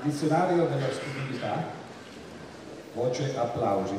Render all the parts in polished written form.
Dizionario della stupidità, voce applausi.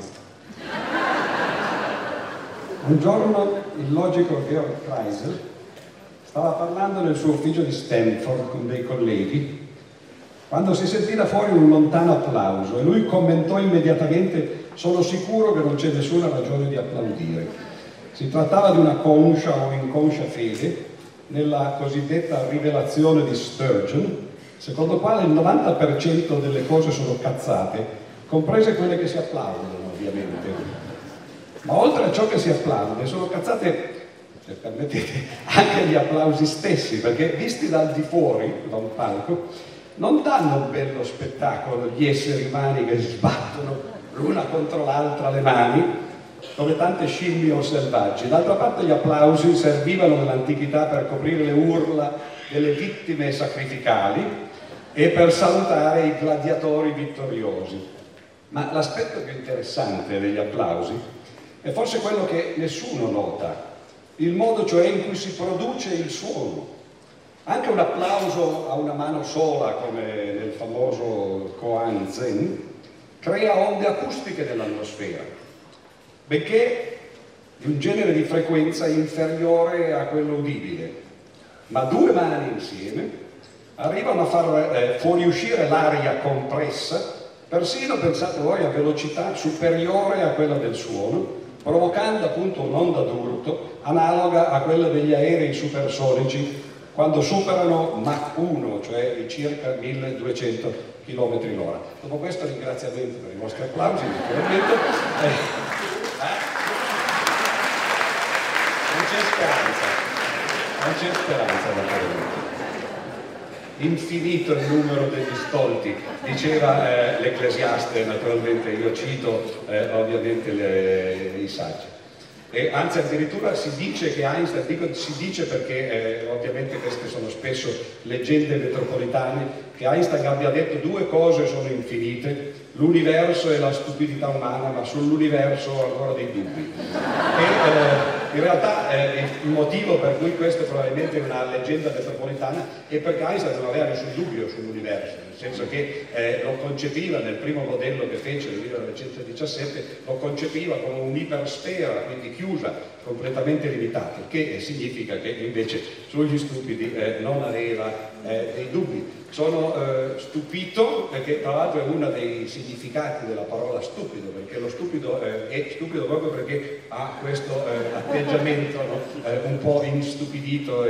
Un giorno il logico Georg Kreisel stava parlando nel suo ufficio di Stanford con dei colleghi quando si sentì da fuori un lontano applauso e lui commentò immediatamente: sono sicuro che non c'è nessuna ragione di applaudire. Si trattava di una conscia o inconscia fede nella cosiddetta rivelazione di Sturgeon, secondo quale il 90% delle cose sono cazzate, comprese quelle che si applaudono, ovviamente. Ma oltre a ciò che si applaude, sono cazzate, se permettete, anche gli applausi stessi, perché visti dal di fuori, da un palco, non danno un bello spettacolo gli esseri umani che sbattono l'una contro l'altra le mani, come tante scimmie o selvaggi. D'altra parte gli applausi servivano nell'antichità per coprire le urla delle vittime sacrificali e per salutare i gladiatori vittoriosi. Ma l'aspetto più interessante degli applausi è forse quello che nessuno nota, il modo cioè in cui si produce il suono. Anche un applauso a una mano sola, come nel famoso Koan Zen, crea onde acustiche nell'atmosfera, benché di un genere di frequenza inferiore a quello udibile. Ma due mani insieme arrivano a far fuoriuscire l'aria compressa, persino, pensate voi, a velocità superiore a quella del suono, provocando appunto un'onda d'urto analoga a quella degli aerei supersonici quando superano Mach 1, cioè i circa 1200 km/h. Dopo questo ringraziamento per i vostri applausi, naturalmente. Non c'è speranza naturalmente. Infinito il numero degli stolti, diceva l'Ecclesiaste, naturalmente io cito ovviamente i saggi. E anzi addirittura si dice che Einstein, dico si dice perché ovviamente queste sono spesso leggende metropolitane, che Einstein abbia detto due cose sono infinite, l'universo e la stupidità umana, ma sull'universo ho ancora dei dubbi. E in realtà il motivo per cui questa è probabilmente una leggenda metropolitana è perché Einstein non aveva nessun dubbio sull'universo, nel senso che lo concepiva nel primo modello che fece nel 1917, lo concepiva come un'ipersfera, quindi chiusa, completamente limitata, che significa che invece sugli stupidi non aveva dei dubbi. Sono stupito perché tra l'altro è uno dei significati della parola stupido, perché lo stupido è stupido proprio perché ha questo atteggiamento, no? Un po' instupidito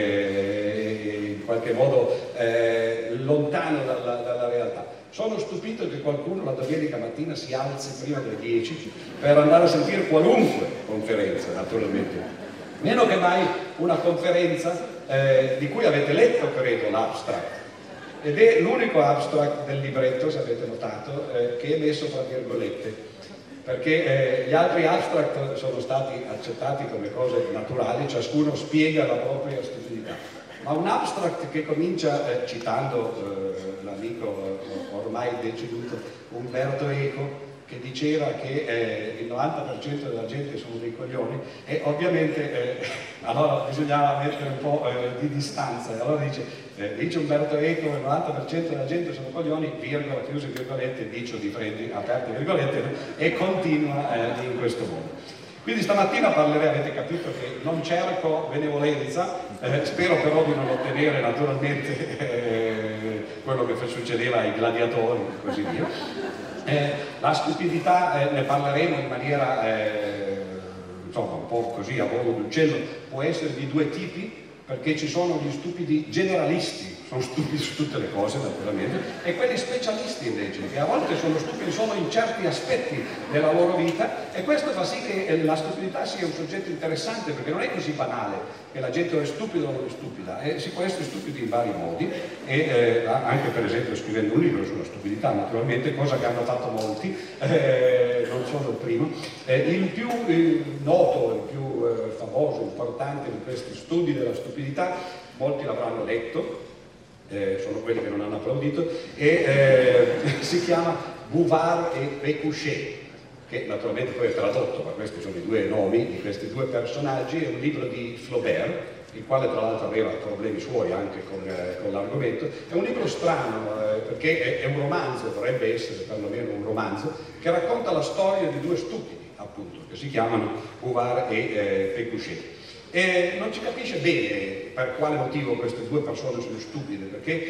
e in qualche modo lontano dalla realtà. Sono stupito che qualcuno la domenica mattina si alzi prima delle 10 per andare a sentire qualunque conferenza, naturalmente. Meno che mai una conferenza di cui avete letto, credo, l'abstract. Ed è l'unico abstract del libretto, se avete notato, che è messo tra virgolette, perché gli altri abstract sono stati accettati come cose naturali, ciascuno spiega la propria stupidità. Ma un abstract che comincia citando l'amico ormai deceduto Umberto Eco, che diceva che il 90% della gente sono dei coglioni, e ovviamente allora bisognava mettere un po' di distanza, e allora dice Umberto Eco, il 90% della gente sono coglioni, virgola, chiuse virgolette, dicio di Freddi, aperte virgolette, e continua in questo modo. Quindi stamattina parlerei, avete capito che non cerco benevolenza, spero però di non ottenere naturalmente quello che succedeva ai gladiatori e così via. La stupidità ne parleremo in maniera insomma un po' così a volo d'uccello, può essere di due tipi, perché ci sono gli stupidi generalisti, sono stupidi su tutte le cose naturalmente, e quelli specialisti invece, che a volte sono stupidi solo in certi aspetti della loro vita, e questo fa sì che la stupidità sia un soggetto interessante, perché non è così banale che la gente è stupida o non è stupida, si può essere stupidi in vari modi, e anche per esempio scrivendo un libro sulla stupidità, naturalmente, cosa che hanno fatto molti, non sono il primo. Il più noto, il più famoso, importante di questi studi della stupidità, molti l'avranno letto, sono quelli che non hanno applaudito, e si chiama Bouvard e Pécuchet, che naturalmente poi è tradotto, ma questi sono i due nomi di questi due personaggi. È un libro di Flaubert, il quale tra l'altro aveva problemi suoi anche con l'argomento. È un libro strano, perché è un romanzo, dovrebbe essere perlomeno un romanzo, che racconta la storia di due stupidi, appunto, che si chiamano Bouvard e Pécuchet. E non ci capisce bene per quale motivo queste due persone sono stupide,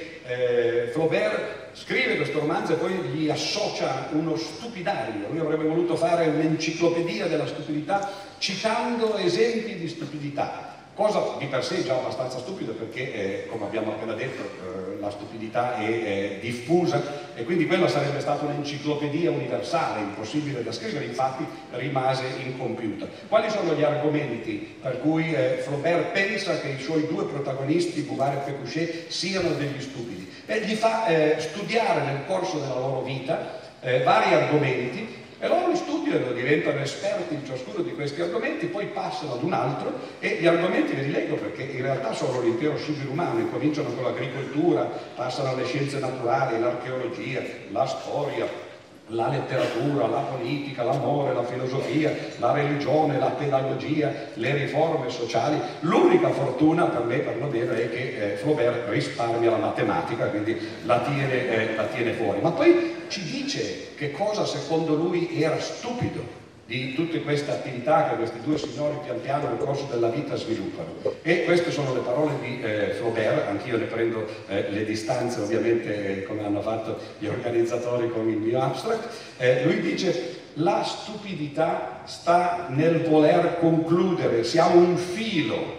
perché Flaubert scrive questo romanzo e poi gli associa uno stupidario. Lui avrebbe voluto fare un'enciclopedia della stupidità citando esempi di stupidità, cosa di per sé già abbastanza stupida perché, come abbiamo appena detto, la stupidità è diffusa e quindi quella sarebbe stata un'enciclopedia universale, impossibile da scrivere, infatti rimase incompiuta. Quali sono gli argomenti per cui Flaubert pensa che i suoi due protagonisti, Bouvard e Pécuchet, siano degli stupidi? Gli fa studiare nel corso della loro vita vari argomenti e loro studiano, diventano esperti in ciascuno di questi argomenti, poi passano ad un altro e gli argomenti ve li leggo perché in realtà sono l'intero scibile umano, incominciano con l'agricoltura, passano alle scienze naturali, l'archeologia, la storia, la letteratura, la politica, l'amore, la filosofia, la religione, la pedagogia, le riforme sociali. L'unica fortuna per me perlomeno è che Flaubert risparmia la matematica, quindi la tiene fuori. Ma poi ci dice che cosa secondo lui era stupido di tutte queste attività che questi due signori pian piano nel corso della vita sviluppano. E queste sono le parole di Flaubert, anch'io ne prendo le distanze ovviamente come hanno fatto gli organizzatori con il mio abstract. Lui dice: la stupidità sta nel voler concludere, siamo un filo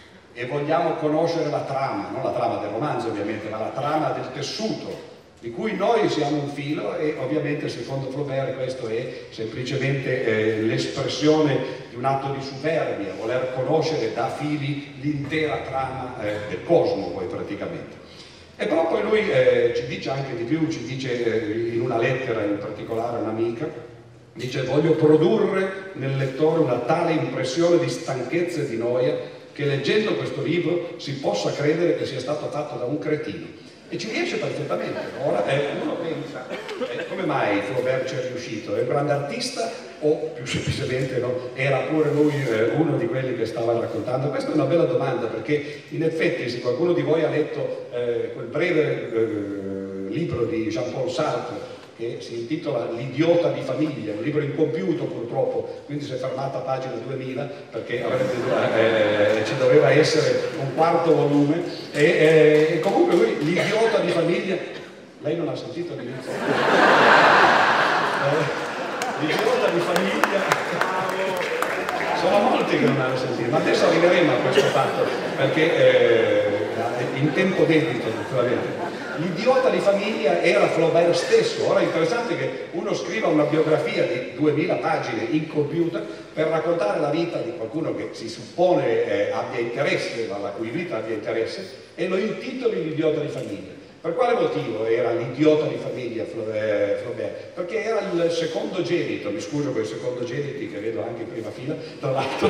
e vogliamo conoscere la trama, non la trama del romanzo ovviamente, ma la trama del tessuto di cui noi siamo un filo e ovviamente secondo Flaubert questo è semplicemente l'espressione di un atto di superbia, voler conoscere da fili l'intera trama del cosmo poi praticamente. E però poi lui ci dice anche di più, ci dice in una lettera in particolare a un'amica, dice: voglio produrre nel lettore una tale impressione di stanchezza e di noia che leggendo questo libro si possa credere che sia stato fatto da un cretino. E ci riesce perfettamente. Ora uno pensa, come mai Flaubert ci è riuscito? È un grande artista o più semplicemente no, era pure lui uno di quelli che stava raccontando? Questa è una bella domanda perché in effetti se qualcuno di voi ha letto quel breve libro di Jean-Paul Sartre che si intitola L'idiota di famiglia, un libro incompiuto purtroppo, quindi si è fermata a pagina 2000 perché ci doveva essere un quarto volume e comunque lui, l'idiota di famiglia, lei non ha sentito l'inizio? L'idiota di famiglia, sono molti che non hanno sentito, ma adesso arriveremo a questo fatto perché in tempo debito naturalmente. L'idiota di famiglia era Flaubert stesso. Ora è interessante che uno scriva una biografia di 2000 pagine incompiuta per raccontare la vita di qualcuno che si suppone abbia interesse, alla cui vita abbia interesse, e lo intitoli l'idiota di famiglia. Per quale motivo era l'idiota di famiglia Flaubert? Perché era il secondogenito, mi scuso con i secondogeniti che vedo anche in prima fila, tra l'altro,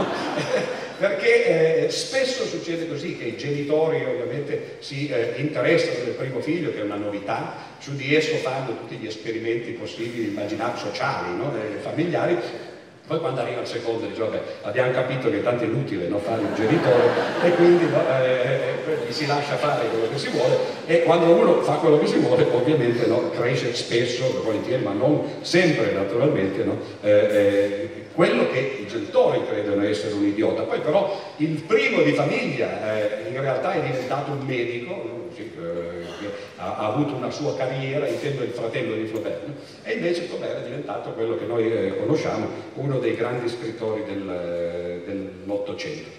perché spesso succede così che i genitori ovviamente si interessano del primo figlio, che è una novità, su di esso fanno tutti gli esperimenti possibili, immaginabili, sociali, no? Familiari. Poi quando arriva il secondo dice: vabbè, abbiamo capito che tanto è inutile non fare il genitore e quindi gli si lascia fare quello che si vuole e quando uno fa quello che si vuole ovviamente no, cresce spesso, volentieri, ma non sempre naturalmente, no, quello che i genitori credono essere un idiota. Poi però il primo di famiglia in realtà è diventato un medico, no? Che ha avuto una sua carriera, intendo il fratello di Flaubert, no? E invece Flaubert è diventato quello che noi conosciamo, uno dei grandi scrittori dell'Ottocento.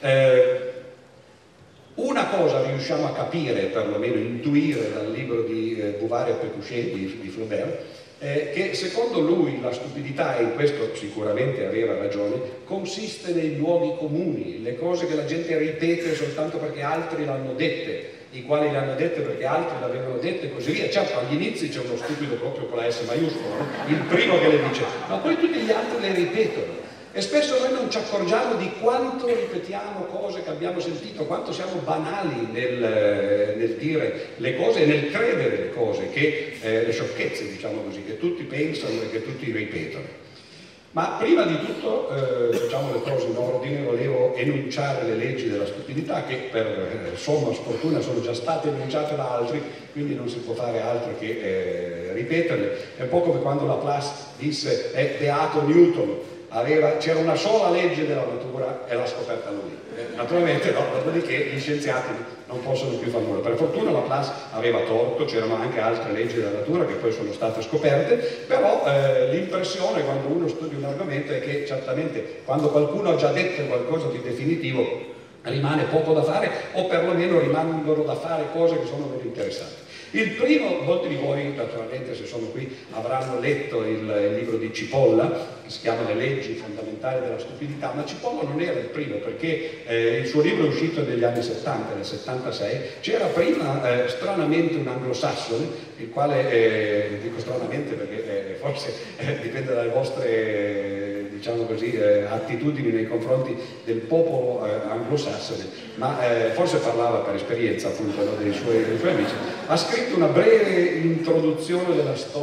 Una cosa riusciamo a capire, perlomeno intuire dal libro di Bouvard e Pécuchet di Flaubert, che secondo lui la stupidità, e in questo sicuramente aveva ragione, consiste nei luoghi comuni, le cose che la gente ripete soltanto perché altri l'hanno dette, i quali le hanno dette perché altri l'avevano dette e così via. Certo, agli inizi c'è uno stupido proprio con la S maiuscola, no? Il primo che le dice, ma poi tutti gli altri le ripetono. E spesso noi non ci accorgiamo di quanto ripetiamo cose che abbiamo sentito, quanto siamo banali nel dire le cose e nel credere le cose, le sciocchezze, diciamo così, che tutti pensano e che tutti ripetono. Ma prima di tutto, facciamo le cose in ordine, volevo enunciare le leggi della stupidità che per somma sfortuna sono già state enunciate da altri, quindi non si può fare altro che ripeterle. È un po' come quando Laplace disse è beato Newton, c'era una sola legge della natura e l'ha scoperta lui. Naturalmente no, dopodiché gli scienziati non possono più fare nulla. Per fortuna Laplace aveva torto, c'erano anche altre leggi della natura che poi sono state scoperte, però l'impressione quando uno studia un argomento è che certamente quando qualcuno ha già detto qualcosa di definitivo rimane poco da fare, o perlomeno rimangono da fare cose che sono meno interessanti. Il primo, molti di voi naturalmente se sono qui avranno letto il libro di Cipolla, che si chiama Le leggi fondamentali della stupidità, ma Cipolla non era il primo perché il suo libro è uscito negli anni 70, nel 76, c'era prima stranamente un anglosassone, il quale, dico stranamente perché forse dipende dalle vostre diciamo così, attitudini nei confronti del popolo anglosassone, ma forse parlava per esperienza appunto no, dei suoi amici, ha scritto una breve introduzione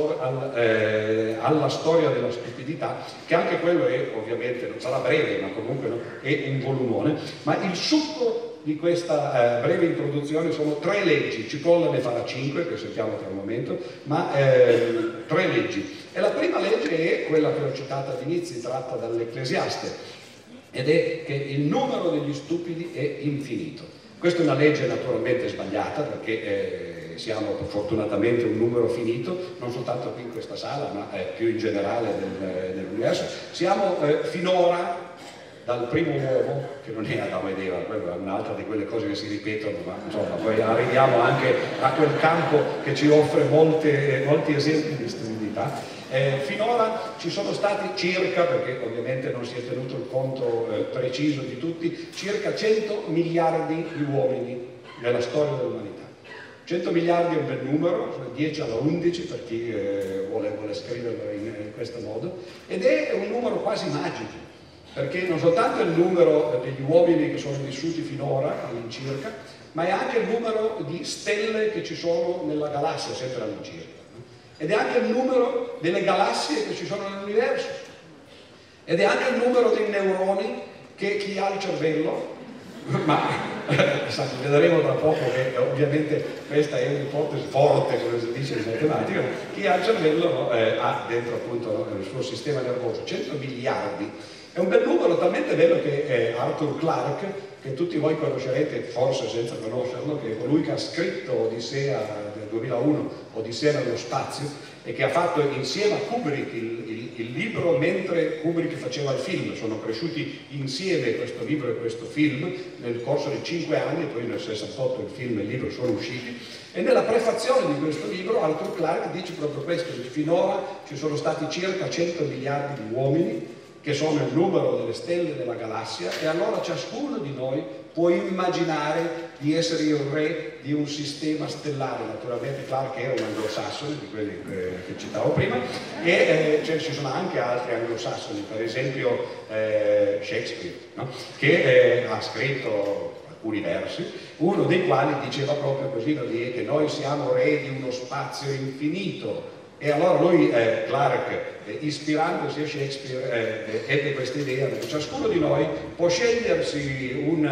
alla storia della stupidità, che anche quello è ovviamente, non sarà breve, ma comunque no, è un volumone, ma il succo di questa breve introduzione sono 3 leggi, Cipolla ne farà 5, che sentiamo tra un momento, ma 3 leggi. E la prima legge è quella che ho citato all'inizio, tratta dall'Ecclesiaste, ed è che il numero degli stupidi è infinito. Questa è una legge naturalmente sbagliata, perché siamo fortunatamente un numero finito, non soltanto qui in questa sala, ma più in generale nell'universo. Siamo finora, dal primo uomo, che non è Adamo ed Eva, quella è un'altra di quelle cose che si ripetono, ma insomma poi arriviamo anche a quel campo che ci offre molti esempi di stupidità. Finora ci sono stati circa, perché ovviamente non si è tenuto il conto preciso di tutti, circa 100 miliardi di uomini nella storia dell'umanità. 100 miliardi è un bel numero, 10 alla 11 per chi vuole scriverlo in questo modo, ed è un numero quasi magico, perché non soltanto è il numero degli uomini che sono vissuti finora all'incirca, ma è anche il numero di stelle che ci sono nella galassia, sempre all'incirca. Ed è anche il numero delle galassie che ci sono nell'universo, ed è anche il numero dei neuroni che chi ha il cervello, ma vedremo tra poco che ovviamente questa è un'ipotesi forte, come si dice in matematica, chi ha il cervello no, ha dentro appunto no, il suo sistema nervoso, 100 miliardi. È un bel numero, talmente bello che Arthur Clarke, che tutti voi conoscerete, forse senza conoscerlo, che è colui che ha scritto Odissea del 2001, Odissea nello spazio, e che ha fatto insieme a Kubrick il libro mentre Kubrick faceva il film. Sono cresciuti insieme questo libro e questo film nel corso di 5 anni, poi nel 68 il film e il libro sono usciti. E nella prefazione di questo libro Arthur Clarke dice proprio questo, che finora ci sono stati circa 100 miliardi di uomini, che sono il numero delle stelle della galassia, e allora ciascuno di noi può immaginare di essere il re di un sistema stellare. Naturalmente Clarke era un anglosassone, di quelli che citavo prima, e ci sono anche altri anglosassoni, per esempio Shakespeare, no? Che ha scritto alcuni versi, uno dei quali diceva proprio così, che noi siamo re di uno spazio infinito. E allora lui, Clarke, ispirandosi a Shakespeare, ebbe questa idea che ciascuno di noi può scegliersi un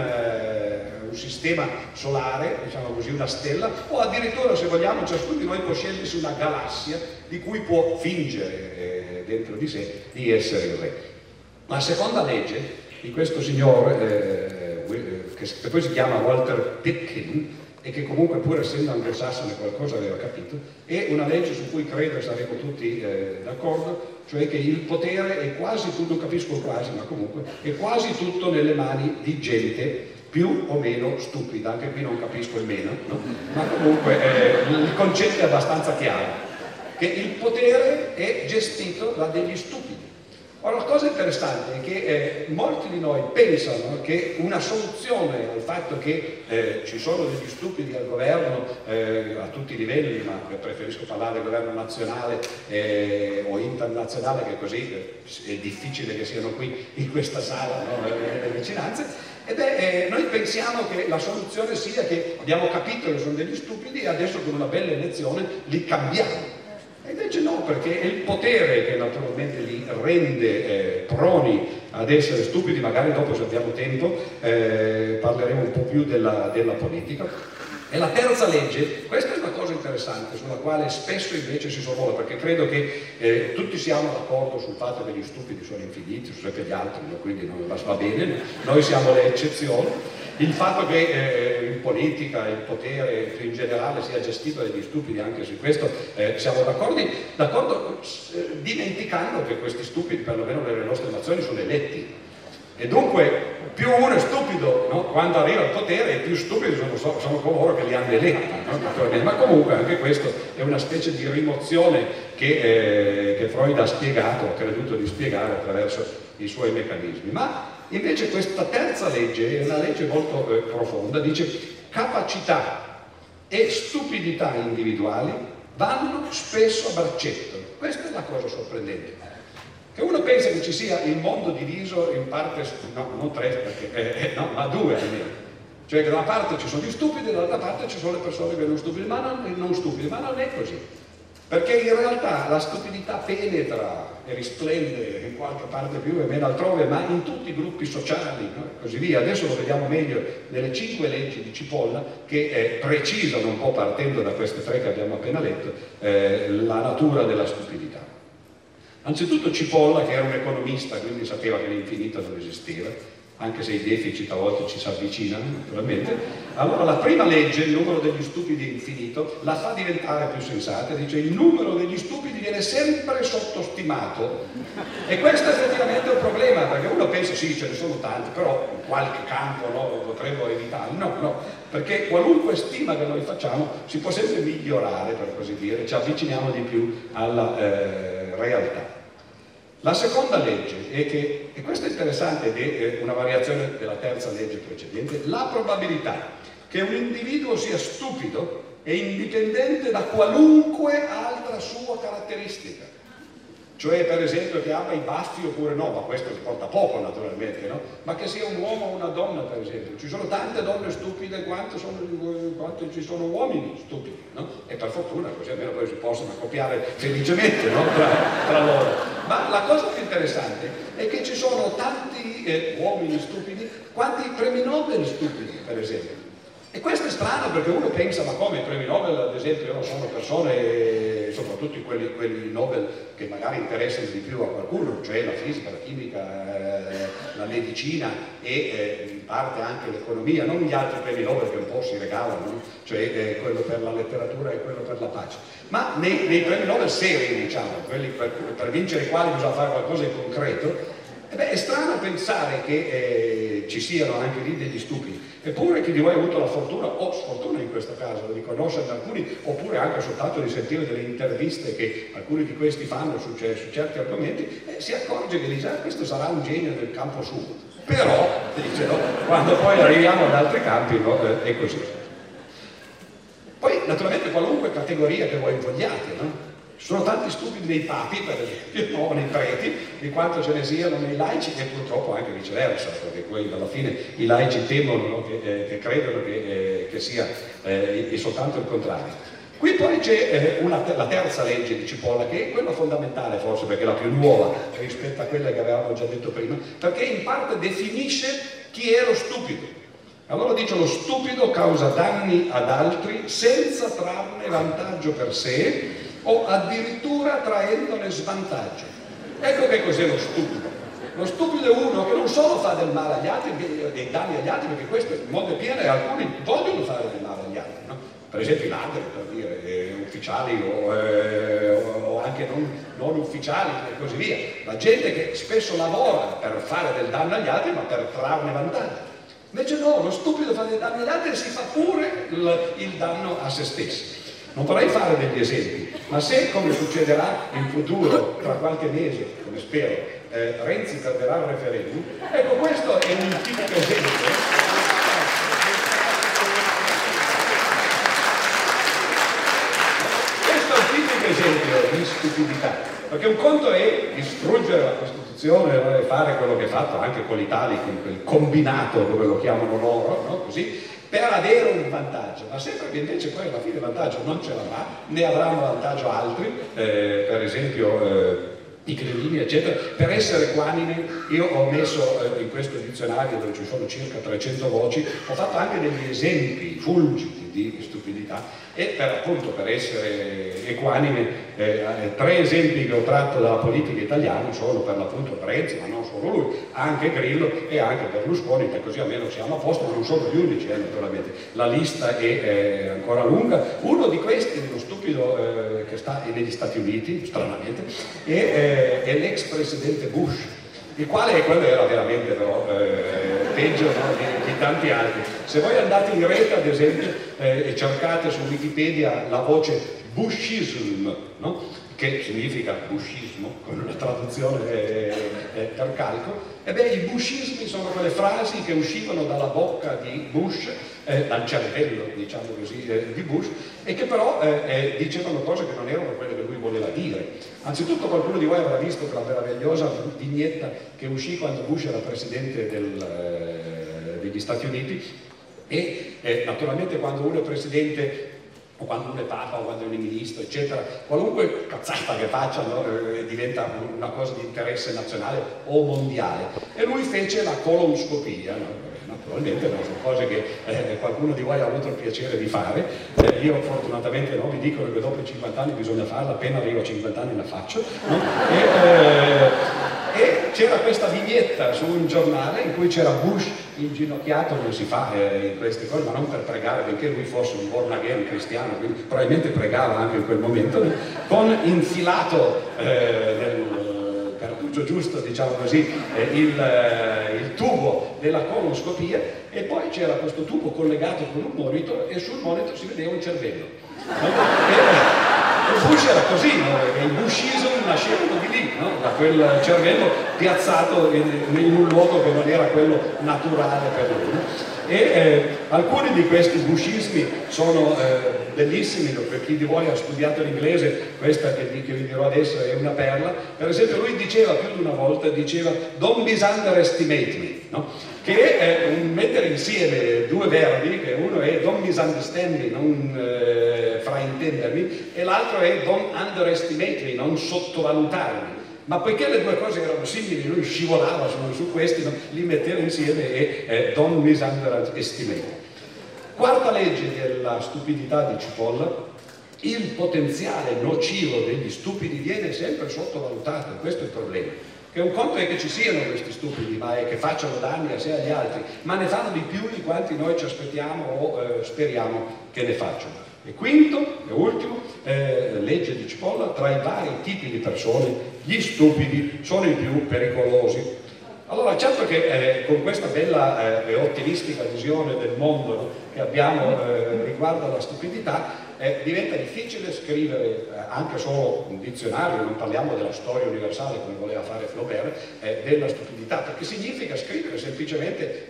sistema solare, diciamo così, una stella, o addirittura, se vogliamo, ciascuno di noi può scegliersi una galassia di cui può fingere dentro di sé di essere il re. La seconda legge di questo signore, che poi si chiama Walter Pitkin, e che comunque pur essendo anglosassone qualcosa aveva capito, è una legge su cui credo saremo tutti d'accordo, cioè che il potere è quasi tutto, non capisco quasi, ma comunque è quasi tutto nelle mani di gente più o meno stupida, anche qui non capisco il meno, no? Ma comunque il concetto è abbastanza chiaro, che il potere è gestito da degli stupidi. Ora, la cosa interessante è che molti di noi pensano che una soluzione al fatto che ci sono degli stupidi al governo a tutti i livelli, ma preferisco parlare del governo nazionale o internazionale, che così è difficile che siano qui in questa sala, no? Nelle vicinanze, noi pensiamo che la soluzione sia che abbiamo capito che sono degli stupidi e adesso con una bella elezione li cambiamo. E invece no, perché è il potere che naturalmente li rende proni ad essere stupidi. Magari dopo, se abbiamo tempo, parleremo un po' più della politica. E la terza legge, questa è una cosa interessante sulla quale spesso invece si sorvola, perché credo che tutti siamo d'accordo sul fatto che gli stupidi sono infiniti, su che gli altri, no? Quindi non va bene, noi siamo le eccezioni. Il fatto che in politica il potere in generale sia gestito dagli stupidi, anche su questo siamo d'accordo, dimenticando che questi stupidi, perlomeno nelle nostre nazioni, sono eletti. E dunque più uno è stupido, no? Quando arriva al potere, più stupidi sono coloro che li hanno eletti, no? Ma comunque anche questo è una specie di rimozione che Freud ha spiegato, ha creduto di spiegare attraverso i suoi meccanismi. Ma invece questa terza legge è una legge molto profonda, dice: capacità e stupidità individuali vanno spesso a braccetto. Questa è la cosa sorprendente. Che uno pensa che ci sia il mondo diviso in parte, no, non tre, perché, no, ma due almeno. Cioè che da una parte ci sono gli stupidi e dall'altra parte ci sono le persone che non stupide, ma non è così. Perché in realtà la stupidità penetra e risplende in qualche parte più e meno altrove, ma in tutti i gruppi sociali, no? E così via. Adesso lo vediamo meglio nelle 5 leggi di Cipolla, che precisano un po', partendo da queste 3 che abbiamo appena letto, la natura della stupidità. Anzitutto Cipolla, che era un economista, quindi sapeva che l'infinito non esisteva, anche se i deficit a volte ci si avvicinano, naturalmente. Allora la prima legge, il numero degli stupidi è infinito, la fa diventare più sensata, dice: il numero degli stupidi viene sempre sottostimato. E questo è effettivamente un problema, perché uno pensa sì, ce ne sono tanti, però in qualche campo, no, potremmo evitarli. No, perché qualunque stima che noi facciamo si può sempre migliorare, per così dire, ci avviciniamo di più alla realtà. La seconda legge è che, e questo è interessante ed è una variazione della terza legge precedente, la probabilità che un individuo sia stupido è indipendente da qualunque altra sua caratteristica. Cioè, per esempio, che abbia i baffi oppure no, ma questo porta poco naturalmente, no? Ma che sia un uomo o una donna, per esempio. Ci sono tante donne stupide quanto ci sono uomini stupidi, no? E per fortuna, così almeno poi si possono accoppiare felicemente, no? tra loro. Ma la cosa più interessante è che ci sono tanti uomini stupidi quanti premi Nobel stupidi, per esempio. E questo è strano, perché uno pensa: ma come i premi Nobel, ad esempio, non sono persone, soprattutto quelli Nobel che magari interessano di più a qualcuno, cioè la fisica, la chimica, la medicina e in parte anche l'economia, non gli altri premi Nobel che un po' si regalano, no? Cioè quello per la letteratura e quello per la pace. Ma nei premi Nobel seri, diciamo, quelli per vincere i quali bisogna fare qualcosa di concreto, è strano pensare che ci siano anche lì degli stupidi. Eppure chi di voi ha avuto la fortuna, o sfortuna in questo caso, di conoscerne alcuni, oppure anche soltanto di sentire delle interviste che alcuni di questi fanno su certi argomenti, si accorge che dice: questo sarà un genio del campo suo. Però, dice, no, quando poi arriviamo ad altri campi, no, è così. Poi, naturalmente, qualunque categoria che voi vogliate, no? Ci sono tanti stupidi nei papi, per esempio, o nei preti, di quanto ce ne siano nei laici, e purtroppo anche viceversa, perché poi alla fine i laici temono, no, che credono che sia soltanto il contrario. Qui poi c'è la terza legge di Cipolla, che è quella fondamentale forse, perché è la più nuova rispetto a quella che avevamo già detto prima, perché in parte definisce chi è lo stupido. Allora dice: lo stupido causa danni ad altri senza trarne vantaggio per sé, o addirittura traendone svantaggio. Ecco che cos'è lo stupido. Lo stupido è uno che non solo fa del male agli altri, dei danni agli altri, perché questo il mondo è pieno e alcuni vogliono fare del male agli altri, no? Per esempio i ladri, per dire, ufficiali o anche non ufficiali e così via. La gente che spesso lavora per fare del danno agli altri, ma per trarne vantaggio. Invece no, lo stupido fa del danno agli altri e si fa pure il danno a se stesso. Non vorrei fare degli esempi, ma se, come succederà in futuro, tra qualche mese, come spero, Renzi perderà il referendum, ecco, questo è un tipico esempio. Questo è un tipico esempio di stupidità, perché un conto è distruggere la Costituzione e fare quello che ha fatto anche con l'Italia, quel combinato, dove lo chiamano loro, no? Così. per avere un vantaggio, ma sempre che invece poi alla fine il vantaggio non ce l'avrà, ne avranno vantaggio altri, per esempio i credini eccetera. Per essere equanime io ho messo in questo dizionario, dove ci sono circa 300 voci, ho fatto anche degli esempi fulgidi di stupidità, e per essere equanime 3 esempi che ho tratto dalla politica italiana sono per l'appunto Renzi, ma non solo lui, anche Grillo e anche Berlusconi, che così almeno siamo a posto, ma non sono gli unici naturalmente, la lista è ancora lunga. Uno di questi, uno stupido che sta negli Stati Uniti, stranamente, è l'ex presidente Bush, il quale quello era veramente però peggio, no, di tanti altri. Se voi andate in rete ad esempio e cercate su Wikipedia la voce Bushism, no? Che significa bushismo, con una traduzione per calco, e beh, i bushismi sono quelle frasi che uscivano dalla bocca di Bush, dal cervello, diciamo così, di Bush, e che però dicevano cose che non erano quelle che lui voleva dire. Anzitutto qualcuno di voi avrà visto quella meravigliosa vignetta che uscì quando Bush era presidente degli Stati Uniti, e naturalmente quando uno è presidente, o quando uno è papa, o quando è un ministro, eccetera, qualunque cazzata che facciano diventa una cosa di interesse nazionale o mondiale. E lui fece la colonscopia, no? Naturalmente non sono cose che qualcuno di voi ha avuto il piacere di fare, io fortunatamente no, vi dicono che dopo i 50 anni bisogna farla, appena arrivo a 50 anni la faccio, no? E c'era questa vignetta su un giornale in cui c'era Bush inginocchiato, non si fa in queste cose, ma non per pregare, benché lui fosse un born again cristiano, quindi probabilmente pregava anche in quel momento, con infilato per tutto giusto, diciamo così, il tubo della colonscopia, e poi c'era questo tubo collegato con un monitor, e sul monitor si vedeva un cervello. Il Bush era così, no? I bushism nascevano di lì, no? Da quel cervello piazzato in un luogo che non era quello naturale per lui. E alcuni di questi bushismi sono bellissimi, per chi di voi ha studiato l'inglese, questa che vi dirò adesso è una perla. Per esempio lui diceva più di una volta, diceva don't misunderestimate me, no? Che è un mettere insieme due verbi, che uno è don't misunderstand me, non fraintendermi, e l'altro è don't underestimate me, non sottovalutarmi. Ma poiché le due cose erano simili, lui scivolava su questi, no? Li metteva insieme e don't misunderestimate. Quarta legge della stupidità di Cipolla: il potenziale nocivo degli stupidi viene sempre sottovalutato, questo è il problema. Che un conto è che ci siano questi stupidi, ma è che facciano danni a sé e agli altri, ma ne fanno di più di quanti noi ci aspettiamo o speriamo che ne facciano. E quinto e ultimo, legge di Cipolla: tra i vari tipi di persone gli stupidi sono i più pericolosi. Allora, certo che con questa bella e ottimistica visione del mondo, no, che abbiamo riguardo alla stupidità, diventa difficile scrivere anche solo un dizionario, non parliamo della storia universale come voleva fare Flaubert, della stupidità, perché significa scrivere semplicemente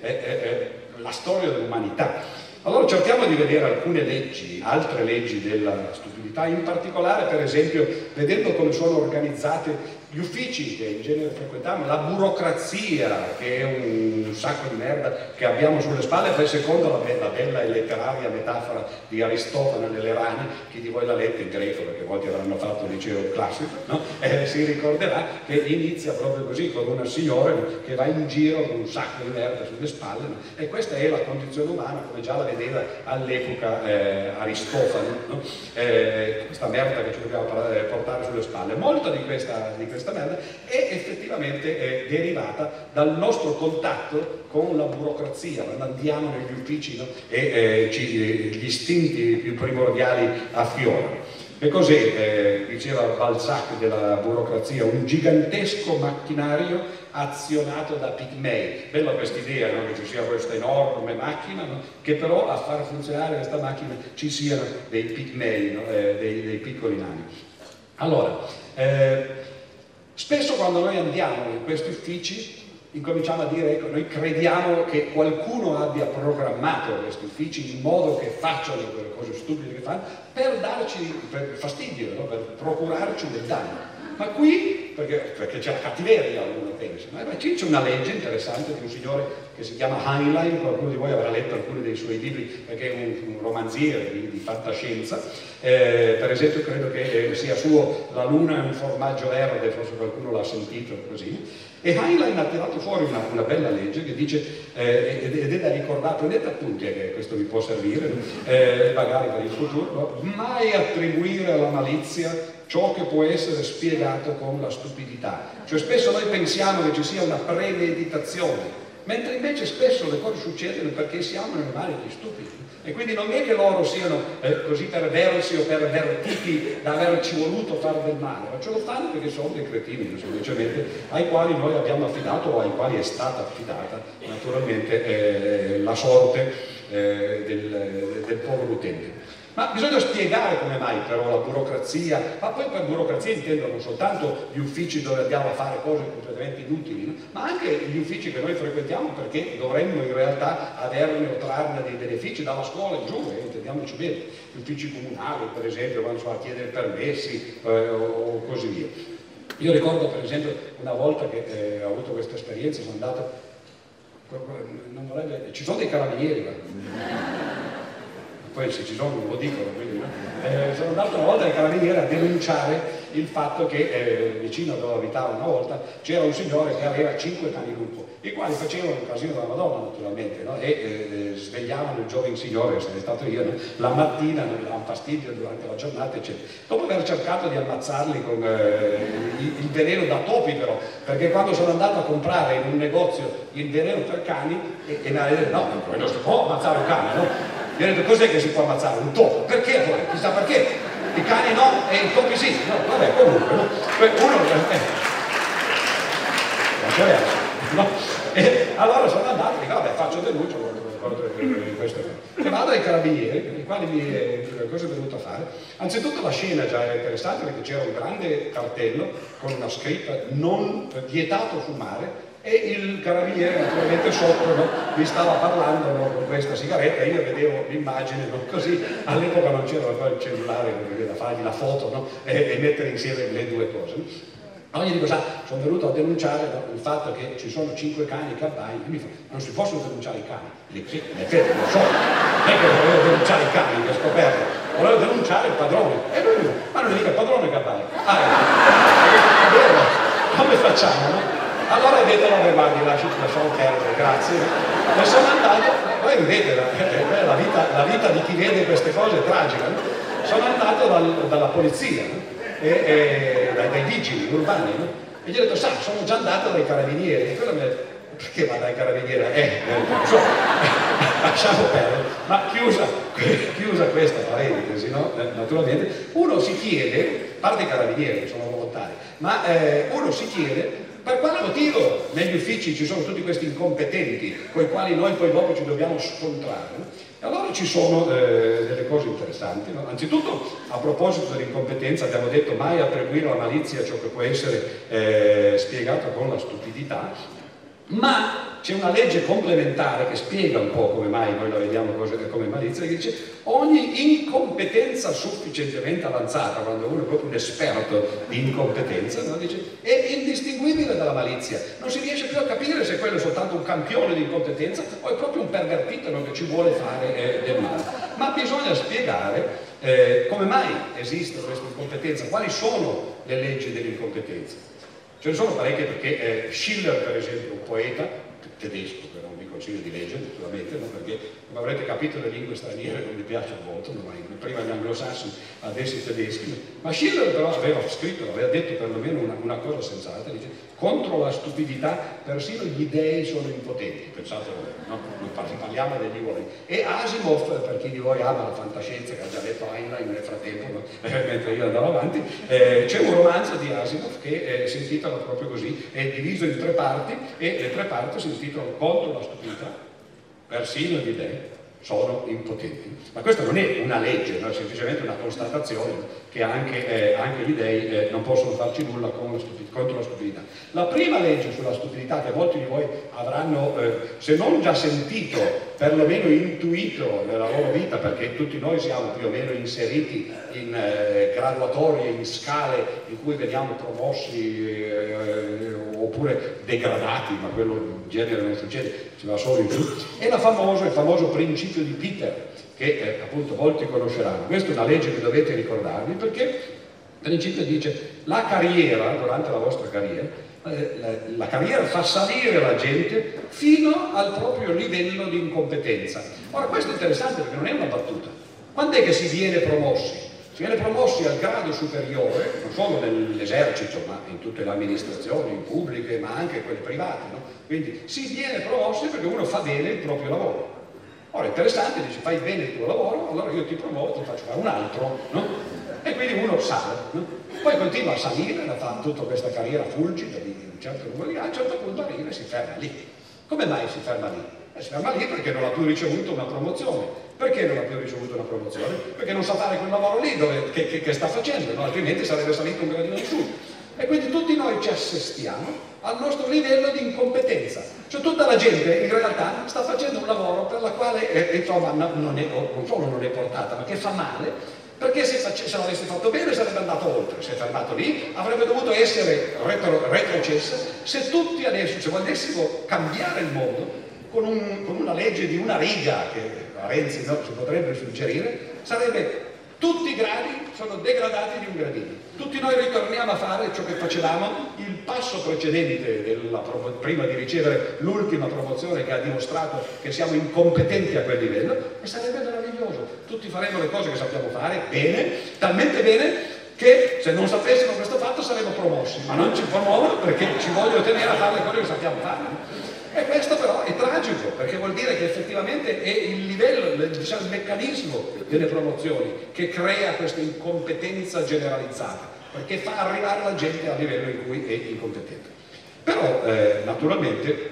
la storia dell'umanità. Allora cerchiamo di vedere alcune leggi, altre leggi della stupidità, in particolare per esempio vedendo come sono organizzate gli uffici che in genere frequentiamo, la burocrazia, che è un sacco di merda che abbiamo sulle spalle, poi secondo la bella e letteraria metafora di Aristofane nelle rane, chi di voi l'ha letta in greco, perché molti avranno fatto il liceo classico, no? Si ricorderà che inizia proprio così, con una signora che va in giro con un sacco di merda sulle spalle, no? E questa è la condizione umana come già la vedeva all'epoca Aristofane, no? Questa merda che ci dobbiamo portare sulle spalle. Molta di questa merda è effettivamente derivata dal nostro contatto con la burocrazia, quando andiamo negli uffici, no? Gli istinti più primordiali affiorano. E così diceva Balzac della burocrazia: un gigantesco macchinario azionato da pigmei. Bella questa idea, no? Che ci sia questa enorme macchina, no? Che però a far funzionare questa macchina ci siano dei pigmei, no? dei piccoli nani. Allora, spesso quando noi andiamo in questi uffici incominciamo a dire, ecco, noi crediamo che qualcuno abbia programmato questi uffici in modo che facciano quelle cose stupide che fanno per darci fastidio, no? Per procurarci del danno. Ma qui, perché c'è la cattiveria, uno pensa, ma qui c'è una legge interessante di un signore che si chiama Heinlein, qualcuno di voi avrà letto alcuni dei suoi libri perché è un romanziere di fantascienza, per esempio credo che sia suo La luna è un formaggio verde, forse qualcuno l'ha sentito così, e Heinlein ha tirato fuori una bella legge che dice, ed è da ricordare, prendete appunti che questo vi può servire, magari per il futuro, no? Mai attribuire alla malizia ciò che può essere spiegato con la stupidità. Cioè spesso noi pensiamo che ci sia una premeditazione, mentre invece spesso le cose succedono perché siamo nelle mani di stupidi. E quindi non è che loro siano così perversi o pervertiti da averci voluto fare del male, ma ce lo fanno perché sono dei cretini, semplicemente, ai quali noi abbiamo affidato o ai quali è stata affidata naturalmente la sorte del povero utente. Ma bisogna spiegare come mai però la burocrazia, ma poi per burocrazia intendo non soltanto gli uffici dove andiamo a fare cose completamente inutili, no? Ma anche gli uffici che noi frequentiamo perché dovremmo in realtà averne o trarne dei benefici dalla scuola in giù, intendiamoci bene, gli uffici comunali per esempio quando sono a chiedere permessi o così via. Io ricordo per esempio una volta che ho avuto questa esperienza, sono andato, ci sono dei carabinieri, poi se ci sono non lo dicono, quindi, no? Sono andato una volta ai carabinieri a denunciare il fatto che vicino a dove abitavo una volta c'era un signore che aveva 5 cani lupo, i quali facevano un casino della Madonna naturalmente, no? E svegliavano il giovane signore, se ne stato io, no? La mattina, non gli davano fastidio durante la giornata, eccetera. Dopo aver cercato di ammazzarli con il veleno da topi però, perché quando sono andato a comprare in un negozio il veleno per cani, e mi ha detto no, non si può ammazzare un cane, no? Gli ho detto cos'è che si può ammazzare? Un topo? Perché poi? Chissà perché? I cani no e i topi sì. No, vabbè, comunque, no? Uno no? E allora sono andato e dico, vabbè, faccio denuncia questo. E vado ai carabinieri, i quali cosa è venuto a fare? Anzitutto la scena già era interessante perché c'era un grande cartello con una scritta non vietato fumare, e il carabiniere naturalmente sotto, no, mi stava parlando, no, con questa sigaretta, e io vedevo l'immagine, no, così all'epoca non c'era ancora il cellulare da fargli la foto, no, e mettere insieme le due cose. Allora gli dico, sa, sono venuto a denunciare, no, il fatto che ci sono 5 cani cabani, e mi fa, non si possono denunciare i cani. Dico, sì, in effetti lo so, non è che volevo denunciare i cani, che ho scoperto, volevo denunciare il padrone. E lui dice, ma non è mica il padrone cabani. È vero, come facciamo, no? Allora ho detto, vabbè, guardi, lasciamo perdere, grazie. E sono andato, voi vedete, la vita di chi vede queste cose è tragica, no? Sono andato dalla polizia, no? Dai vigili urbani, no? E gli ho detto, sa, sono già andato dai carabinieri. E quello mi ha detto, perché va dai carabinieri? Non so, lasciamo perdere. Ma chiusa questa parentesi, no? Naturalmente, uno si chiede, a parte i carabinieri che sono volontari, ma uno si chiede per quale motivo negli uffici ci sono tutti questi incompetenti con i quali noi poi dopo ci dobbiamo scontrare, no? E allora ci sono delle cose interessanti, no? Anzitutto, a proposito dell'incompetenza, abbiamo detto mai attribuire alla malizia ciò che può essere spiegato con la stupidità, ma c'è una legge complementare che spiega un po' come mai noi la vediamo come malizia, che dice ogni incompetenza sufficientemente avanzata, quando uno è proprio un esperto di incompetenza, no? Dice, è indistinguibile dalla malizia, non si riesce più a capire se quello è soltanto un campione di incompetenza o è proprio un pervertito, no? Che ci vuole fare del male. Ma bisogna spiegare come mai esiste questa incompetenza, quali sono le leggi dell'incompetenza. Ce ne sono parecchie perché Schiller, per esempio, un poeta tedesco, che non vi consiglio di leggere naturalmente, no? Perché come avrete capito le lingue straniere non mi piacciono molto, prima gli anglosassoni, adesso i tedeschi, ma Schiller però aveva scritto, aveva detto perlomeno una cosa sensata, dice contro la stupidità persino gli dei sono impotenti, pensate, no? Parliamo degli uomini. E Asimov, per chi di voi ama la fantascienza, che ha già letto Heinlein nel frattempo, no? Mentre io andavo avanti, c'è un romanzo di Asimov che si intitola proprio così, è diviso in 3 parti e le 3 parti si intitolano contro la stupidità, persino gli dei, sono impotenti. Ma questa non è una legge, no? È semplicemente una constatazione che anche gli dei non possono farci nulla contro la stupidità. La prima legge sulla stupidità che molti di voi avranno, se non già sentito, perlomeno intuito nella loro vita, perché tutti noi siamo più o meno inseriti in graduatorie, in scale in cui veniamo promossi oppure degradati, ma quello in genere non succede, si va solo in giù, è il famoso principio di Peter, che appunto molti conosceranno. Questa è una legge che dovete ricordarvi, perché il principio dice: la carriera, durante la vostra carriera, la carriera fa salire la gente fino al proprio livello di incompetenza. Ora, questo è interessante perché non è una battuta. Quando è che si viene promossi? Si viene promossi al grado superiore, non solo nell'esercito, ma in tutte le amministrazioni pubbliche, ma anche quelle private, no? Quindi si viene promossi perché uno fa bene il proprio lavoro. Ora è interessante, dice: fai bene il tuo lavoro, allora io ti promuovo, ti faccio fare un altro, no? E quindi uno sale, no? Poi continua a salire, fa tutta questa carriera fulgida di un certo numero di anni, a un certo punto arriva e si ferma lì. Come mai si ferma lì? Si ferma lì perché non ha più ricevuto una promozione. Perché non ha più ricevuto una promozione? Perché non sa fare quel lavoro lì che sta facendo, no? Altrimenti sarebbe salito un gradino in su. E quindi tutti noi ci assestiamo al nostro livello di incompetenza. Cioè tutta la gente in realtà sta facendo un lavoro per la quale insomma, non solo non è portata, ma che fa male, perché se l'avesse fatto bene sarebbe andato oltre. Se è fermato lì avrebbe dovuto essere retrocesso. Se tutti adesso, se volessimo cambiare il mondo con una legge di una riga, che a Renzi no, si potrebbe suggerire, sarebbe: tutti i gradi sono degradati di un gradino. Tutti noi ritorniamo a fare ciò che facevamo, il passo precedente prima di ricevere l'ultima promozione che ha dimostrato che siamo incompetenti a quel livello, e sarebbe meraviglioso. Tutti faremo le cose che sappiamo fare bene, talmente bene che se non sapessimo questo fatto saremmo promossi, ma non ci promuovono perché ci vogliono tenere a fare le cose che sappiamo fare. E questo però è tragico, perché vuol dire che effettivamente è il livello, diciamo, il meccanismo delle promozioni che crea questa incompetenza generalizzata, perché fa arrivare la gente al livello in cui è incompetente. Però naturalmente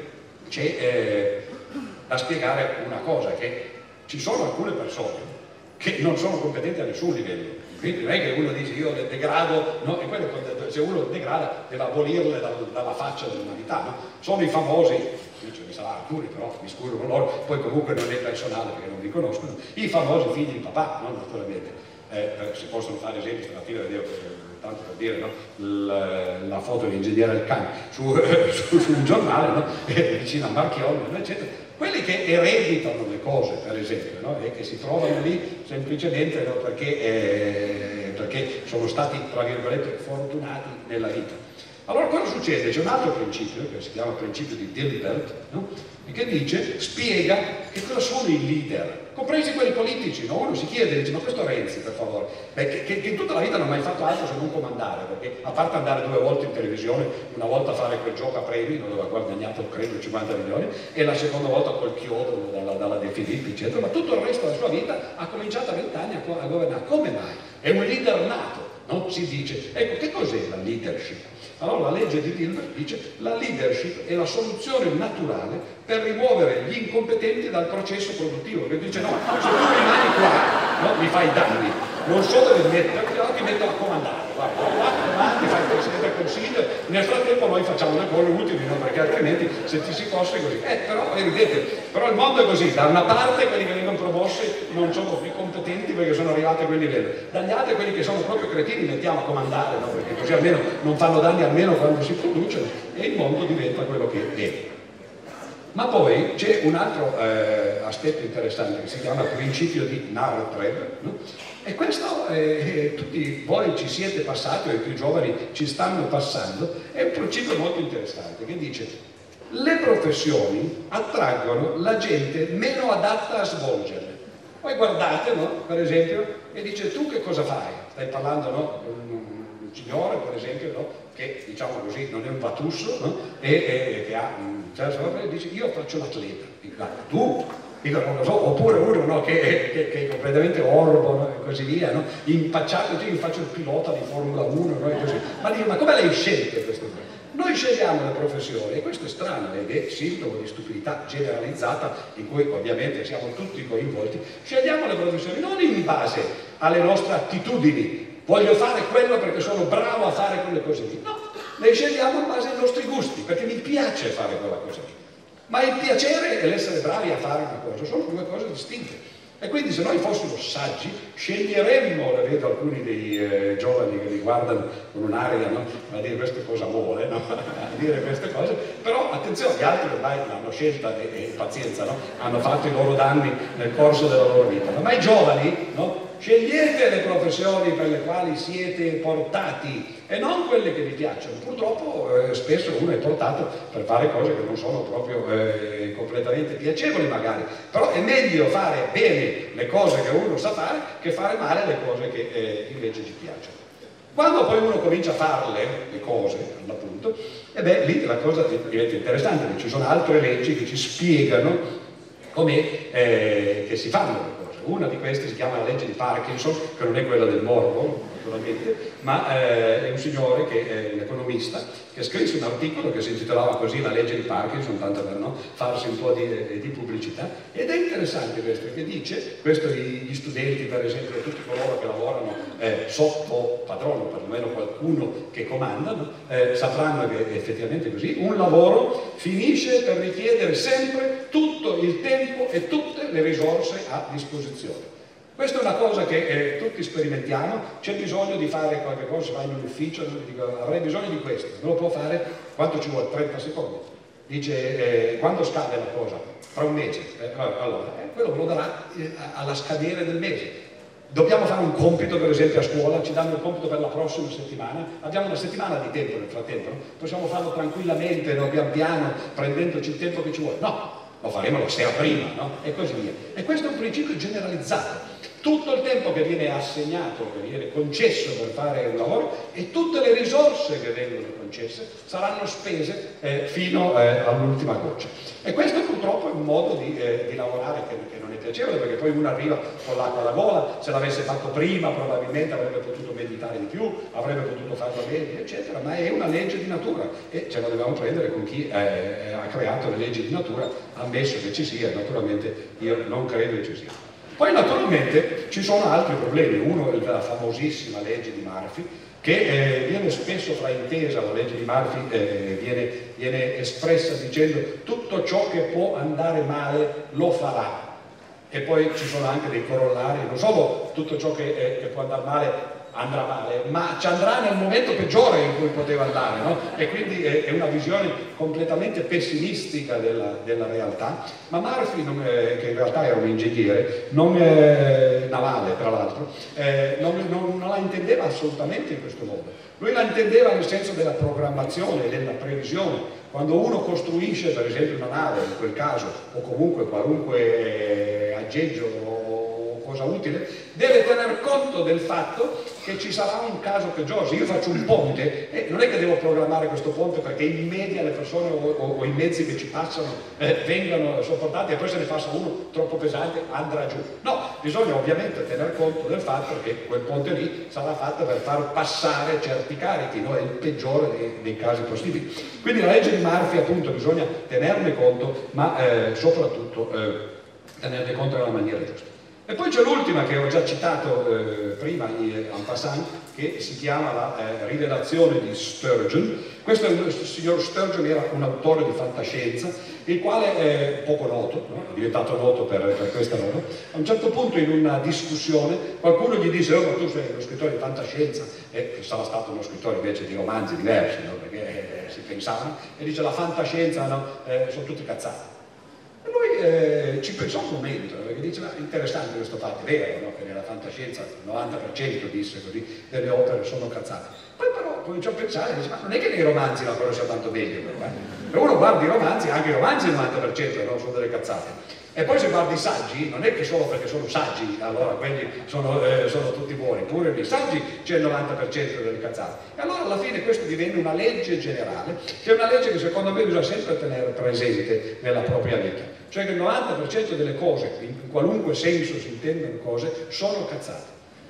c'è da spiegare una cosa, che ci sono alcune persone che non sono competenti a nessun livello. Quindi non è che uno dice: io le degrado, no? E quello, se uno le degrada deve abolirle dalla faccia dell'umanità, no? Sono i famosi, ce ne sarà alcuni, però mi scuso con loro, poi comunque non è personale perché non mi conoscono, i famosi figli di papà, no? Naturalmente. Si possono fare esempi, stamattina vedevo, tanto per dire, no? La foto dell'ingegnere Elkann su un giornale, no? Vicino a Marchionne, eccetera. Quelli che ereditano le cose, per esempio, no? E che si trovano lì semplicemente, no? Perché sono stati, tra virgolette, fortunati nella vita. Allora cosa succede? C'è un altro principio che si chiama principio di Dilbert, no? Che dice, spiega che cosa sono i leader, compresi quelli politici, no? Uno si chiede, dice: ma questo Renzi, per favore, che in tutta la vita non ha mai fatto altro se non comandare, perché a parte andare 2 volte in televisione, una volta a fare quel gioco a premi dove ha guadagnato credo 50 milioni e la seconda volta col chiodo dalla De Filippi, eccetera, ma tutto il resto della sua vita ha cominciato a 20 anni a governare. Come mai? È un leader nato, no? Si dice. Ecco, che cos'è la leadership? Allora la legge di Dilbert dice: la leadership è la soluzione naturale per rimuovere gli incompetenti dal processo produttivo. Perché dice: no, se tu rimani qua, no, mi fai danni, non so dove metterti, allora ti metto a comandare, guarda, comandi, fai il Presidente del Consiglio, nel frattempo noi facciamo le cose utili, no? Perché altrimenti se ti si fosse così. Però vedete, però il mondo è così: da una parte quelli che vengono promossi non sono più competenti perché sono arrivati a quel livello, dagli altri quelli che sono proprio cretini mettiamo a comandare, no? Perché così almeno non fanno danni, almeno quando si producono, e il mondo diventa quello che è. Ma poi c'è un altro aspetto interessante che si chiama principio di Nartreb, no? E questo tutti voi ci siete passati, o i più giovani ci stanno passando, è un principio molto interessante che dice: le professioni attraggono la gente meno adatta a svolgerle. Poi guardate, no? Per esempio, e dice: tu che cosa fai? Stai parlando, no? Un signore, per esempio, no? Che diciamo così non è un vatusso, no? E che ha e dice: io faccio l'atleta. Tu? Dico, non lo so. Oppure uno, no? che è completamente orbo, no? E così via, no? Impacciato, io faccio il pilota di Formula 1, no? E così. Ma dico: ma come lei sceglie queste cose? Noi scegliamo le professioni, e questo è strano ed è sintomo di stupidità generalizzata in cui ovviamente siamo tutti coinvolti. Scegliamo le professioni non in base alle nostre attitudini, voglio fare quello perché sono bravo a fare quelle cose lì, no, le scegliamo in base ai nostri gusti, perché mi piace fare quella cosa lì. Ma il piacere e l'essere bravi a fare una cosa sono due cose distinte. E quindi se noi fossimo saggi, sceglieremmo, vedo alcuni dei giovani che mi guardano con un'aria, no? A dire questo cosa vuole, no? A dire queste cose, però attenzione, gli altri ormai l'hanno scelta e pazienza, no? Hanno fatto i loro danni nel corso della loro vita. Ma i giovani, no? Scegliete le professioni per le quali siete portati e non quelle che vi piacciono. Purtroppo spesso uno è portato per fare cose che non sono proprio completamente piacevoli magari, però è meglio fare bene le cose che uno sa fare che fare male le cose che invece ci piacciono. Quando poi uno comincia a farle, le cose, appunto, e beh, lì la cosa diventa interessante, perché ci sono altre leggi che ci spiegano com'è che si fanno le cose. Una di queste si chiama la legge di Parkinson, che non è quella del morbo, naturalmente, ma è un signore che è un economista, che scrisse un articolo che si intitolava così, la legge di Parkinson, tanto per non farsi un po' di pubblicità, ed è interessante questo, che dice, questo gli studenti per esempio, tutti coloro che lavorano sotto padrone, perlomeno qualcuno che comandano, sapranno che effettivamente è così, un lavoro finisce per richiedere sempre tutto il tempo e tutte le risorse a disposizione. Questa è una cosa che tutti sperimentiamo, c'è bisogno di fare qualche cosa, vai in un ufficio, dico, avrei bisogno di questo, non lo può fare, quanto ci vuole? 30 secondi. Dice, quando scade la cosa? Tra un mese. Allora, quello lo darà alla scadere del mese. Dobbiamo fare un compito, per esempio a scuola, ci danno il compito per la prossima settimana, abbiamo una settimana di tempo nel frattempo, no? Possiamo farlo tranquillamente, no? Pian piano, prendendoci il tempo che ci vuole. No, lo faremo la sera prima, no? E così via. E questo è un principio generalizzato. Tutto il tempo che viene assegnato, che viene concesso per fare un lavoro e tutte le risorse che vengono concesse saranno spese fino all'ultima goccia. E questo purtroppo è un modo di lavorare che non è piacevole, perché poi uno arriva con l'acqua alla gola, se l'avesse fatto prima probabilmente avrebbe potuto meditare di più, avrebbe potuto farlo bene, eccetera, ma è una legge di natura e ce la dobbiamo prendere con chi ha creato le leggi di natura, ammesso che ci sia, naturalmente io non credo che ci sia. Poi naturalmente ci sono altri problemi, uno è la famosissima legge di Murphy, che viene spesso fraintesa, la legge di Murphy viene espressa dicendo tutto ciò che può andare male lo farà, e poi ci sono anche dei corollari, non solo tutto ciò che può andare male andrà male, ma ci andrà nel momento peggiore in cui poteva andare, no? E quindi è una visione completamente pessimistica della realtà. Ma Murphy, che in realtà era un ingegnere, navale tra l'altro, non la intendeva assolutamente in questo modo. Lui la intendeva nel senso della programmazione, della previsione. Quando uno costruisce per esempio una nave, in quel caso, o comunque qualunque aggeggio o cosa utile, deve tener conto del fatto che ci sarà un caso peggiore. Se io faccio un ponte, non è che devo programmare questo ponte perché in media le persone o i mezzi che ci passano vengano sopportati e poi se ne passa uno troppo pesante andrà giù. No, bisogna ovviamente tener conto del fatto che quel ponte lì sarà fatto per far passare certi carichi, no? È il peggiore dei casi possibili. Quindi la legge di Murphy appunto bisogna tenerne conto, ma soprattutto tenerne conto nella maniera giusta. E poi c'è l'ultima che ho già citato prima en passant, che si chiama la rivelazione di Sturgeon. Questo il signor Sturgeon era un autore di fantascienza, il quale è poco noto, no? È diventato noto per questa roba. A un certo punto in una discussione qualcuno gli dice: oh, ma tu sei uno scrittore di fantascienza, e sarà stato uno scrittore invece di romanzi diversi, no? Perché si pensava, e dice: la fantascienza, no? Sono tutte cazzate. E lui ci pensò un momento, perché dice: ma interessante questo fatto, è vero, no? Che nella fantascienza il 90% disse così delle opere sono cazzate. Poi però cominciò a pensare e dice: ma non è che nei romanzi la cosa sia tanto meglio, se uno guarda i romanzi, anche i romanzi il 90% no? Sono delle cazzate. E poi se guardi i saggi, non è che solo perché sono saggi, allora quelli sono tutti buoni, pure nei saggi c'è il 90% delle cazzate. E allora alla fine questo divenne una legge generale, che è una legge che secondo me bisogna sempre tenere presente nella propria vita. Cioè che il 90% delle cose, in qualunque senso si intendano cose, sono cazzate.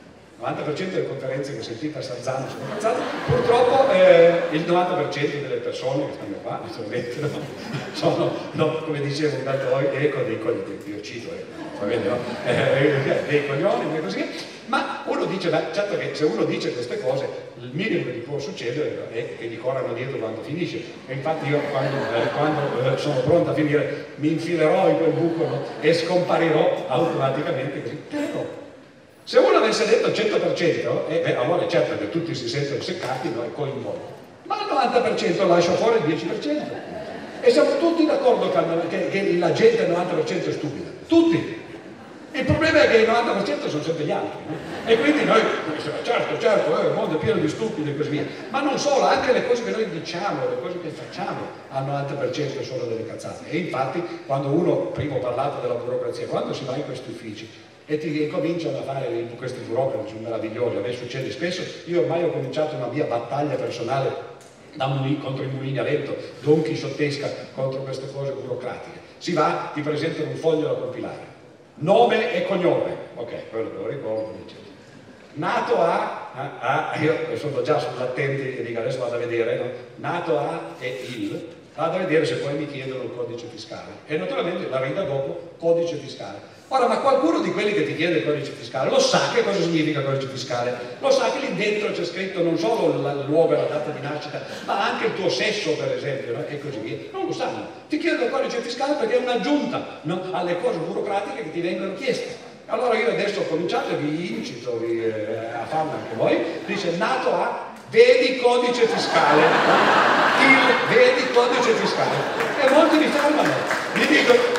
90% delle conferenze che sentite a Sarzano sono cazzate, purtroppo il 90% delle persone che stanno qua, naturalmente, sono, come diceva Umberto Eco, dei coglioni, io cito, va bene, no? Dei coglioni e così via. Ma uno dice, beh, certo che se uno dice queste cose, il minimo che gli può succedere è che gli corrano dietro quando finisce. E infatti io quando sono pronto a finire mi infilerò in quel buco, no? E scomparirò automaticamente così. Però, se uno avesse detto il 100%, allora certo che tutti si sentono seccati, no? E coinvolti. Ma il 90% lascia fuori il 10%. E siamo tutti d'accordo che la gente al 90% è stupida. Tutti. Il problema è che il 90% sono sempre gli altri, no? E quindi noi, certo, il mondo è pieno di stupidi e così via, ma non solo, anche le cose che noi diciamo, le cose che facciamo al 90% sono delle cazzate. E infatti quando uno, prima ho parlato della burocrazia, quando si va in questi uffici e ti cominciano a fare questi burocratici meravigliosi, a me succede spesso, io ormai ho cominciato una mia battaglia personale contro i mulini a vento, donchisciottesca contro queste cose burocratiche. Si va, ti presentano un foglio da compilare. Nome e cognome, ok, quello me lo ricordo, dice. Nato io sono già sull'attenti e dico adesso vado a vedere, no? Nato vado a vedere se poi mi chiedono il codice fiscale. E naturalmente la riga dopo, codice fiscale. Ora, ma qualcuno di quelli che ti chiede il codice fiscale lo sa che cosa significa il codice fiscale? Lo sa che lì dentro c'è scritto non solo il luogo e la data di nascita, ma anche il tuo sesso, per esempio, no? E così via. Non lo sanno. Ti chiedono il codice fiscale perché è un'aggiunta, no? Alle cose burocratiche che ti vengono chieste. Allora io adesso ho cominciato e vi incito a farlo anche voi, dice nato vedi codice fiscale, vedi codice fiscale. E molti mi fermano, mi dicono...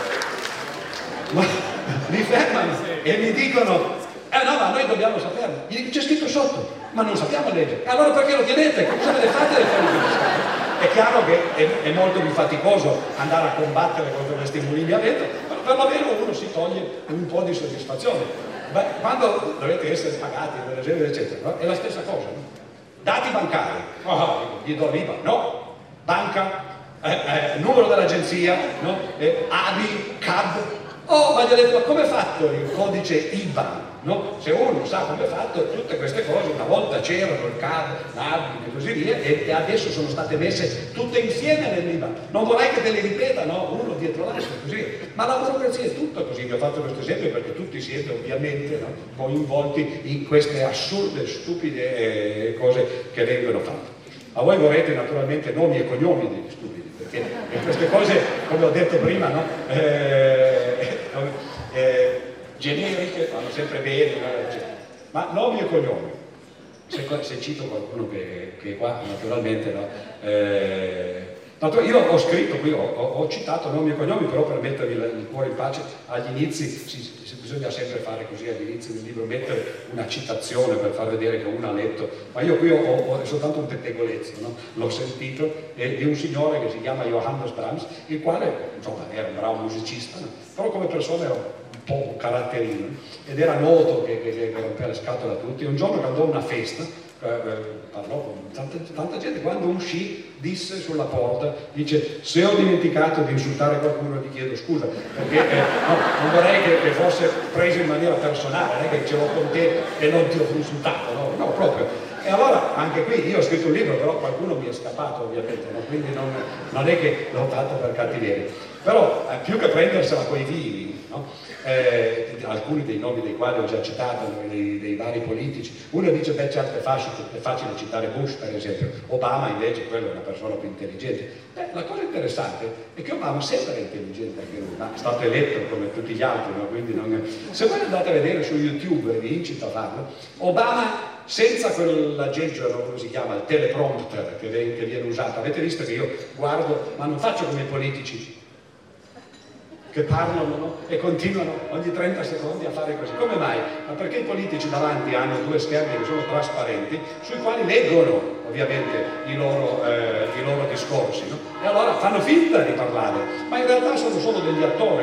mi fermano e mi dicono no, ma noi dobbiamo saperlo. Gli dico, c'è scritto sotto, ma non sappiamo leggere. E allora perché lo chiedete? Cosa ne fate del codice fiscale? È chiaro che è molto più faticoso andare a combattere contro questi mulini a vento, però perlomeno uno si toglie un po' di soddisfazione. Beh, quando dovete essere pagati, per esempio, eccetera, no? È la stessa cosa, no? Dati bancari, gli do l'IVA, no, banca, numero dell'agenzia, no? ABI, CAD. Ma gli ho detto, ma come è fatto il codice IBAN? No? Se uno sa come è fatto, tutte queste cose, una volta c'erano il CAD, l'ABI e così via, e adesso sono state messe tutte insieme nell'IBAN. Non vorrei che te le ripeta, no? Uno dietro l'altro, così. Ma la burocrazia è tutto così. Vi ho fatto questo esempio perché tutti siete ovviamente, no? Coinvolti in queste assurde, stupide cose che vengono fatte. A voi vorrete naturalmente nomi e cognomi degli stupidi, perché queste cose, come ho detto prima, no? Generiche vanno sempre bene, ma nomi e cognomi. Se cito qualcuno che è qua, naturalmente, no? Io ho scritto qui, ho citato nomi e cognomi, però per mettervi il cuore in pace agli inizi, bisogna sempre fare così agli inizi del libro, mettere una citazione per far vedere che uno ha letto, ma io qui ho soltanto un pettegolezzo, no? L'ho sentito, di un signore che si chiama Johannes Brahms, il quale insomma era un bravo musicista, no? Però come persona era un po' un caratterino, ed era noto che rompeva le scatole a tutti. Un giorno che andò a una festa, parlò con tanta gente, quando uscì disse sulla porta, dice: se ho dimenticato di insultare qualcuno ti chiedo scusa, perché no, non vorrei che fosse preso in maniera personale, non è che ce l'ho con te e non ti ho insultato, no, proprio. E allora anche qui io ho scritto un libro, però qualcuno mi è scappato ovviamente, no? Quindi non è che l'ho fatto per cattiveria, però più che prendersela coi vivi, no? Alcuni dei nomi dei quali ho già citato, dei vari politici, uno dice beh certo è facile citare Bush per esempio, Obama invece quello è una persona più intelligente. La cosa interessante è che Obama sempre è intelligente anche lui, ma è stato eletto come tutti gli altri, no? Quindi se voi andate a vedere su YouTube, vi incito a farlo, Obama senza quell'aggeggio, come si chiama, il teleprompter che viene usato, avete visto che io guardo, ma non faccio come i politici che parlano, no? E continuano ogni 30 secondi a fare così. Come mai? Ma perché i politici davanti hanno due schermi che sono trasparenti, sui quali leggono ovviamente i loro discorsi, no? E allora fanno finta di parlare, ma in realtà sono solo degli attori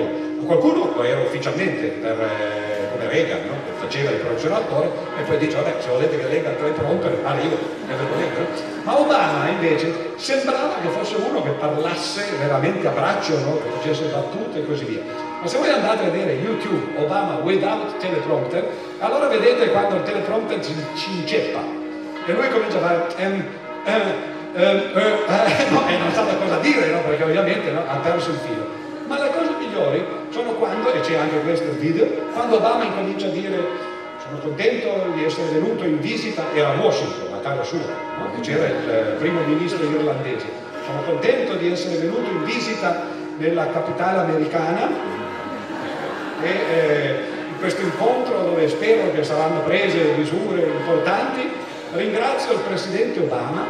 Qualcuno lo era ufficialmente come Reagan, no? Che faceva il professionatore e poi dice vabbè, se volete che Reagan teleprompter arrivo, ma Obama invece sembrava che fosse uno che parlasse veramente a braccio, no? Che facesse battute e così via. Ma se voi andate a vedere YouTube Obama without teleprompter, allora vedete quando il teleprompter ci inceppa e lui comincia a fare no, e non sa cosa dire, no? Perché ovviamente no, ha perso il filo. Ma le cose migliori sono quando, e c'è anche questo video, quando Obama incomincia a dire sono contento di essere venuto in visita, era a Washington, a casa sua, no? C'era il primo ministro irlandese, sono contento di essere venuto in visita nella capitale americana e in questo incontro dove spero che saranno prese misure importanti, ringrazio il presidente Obama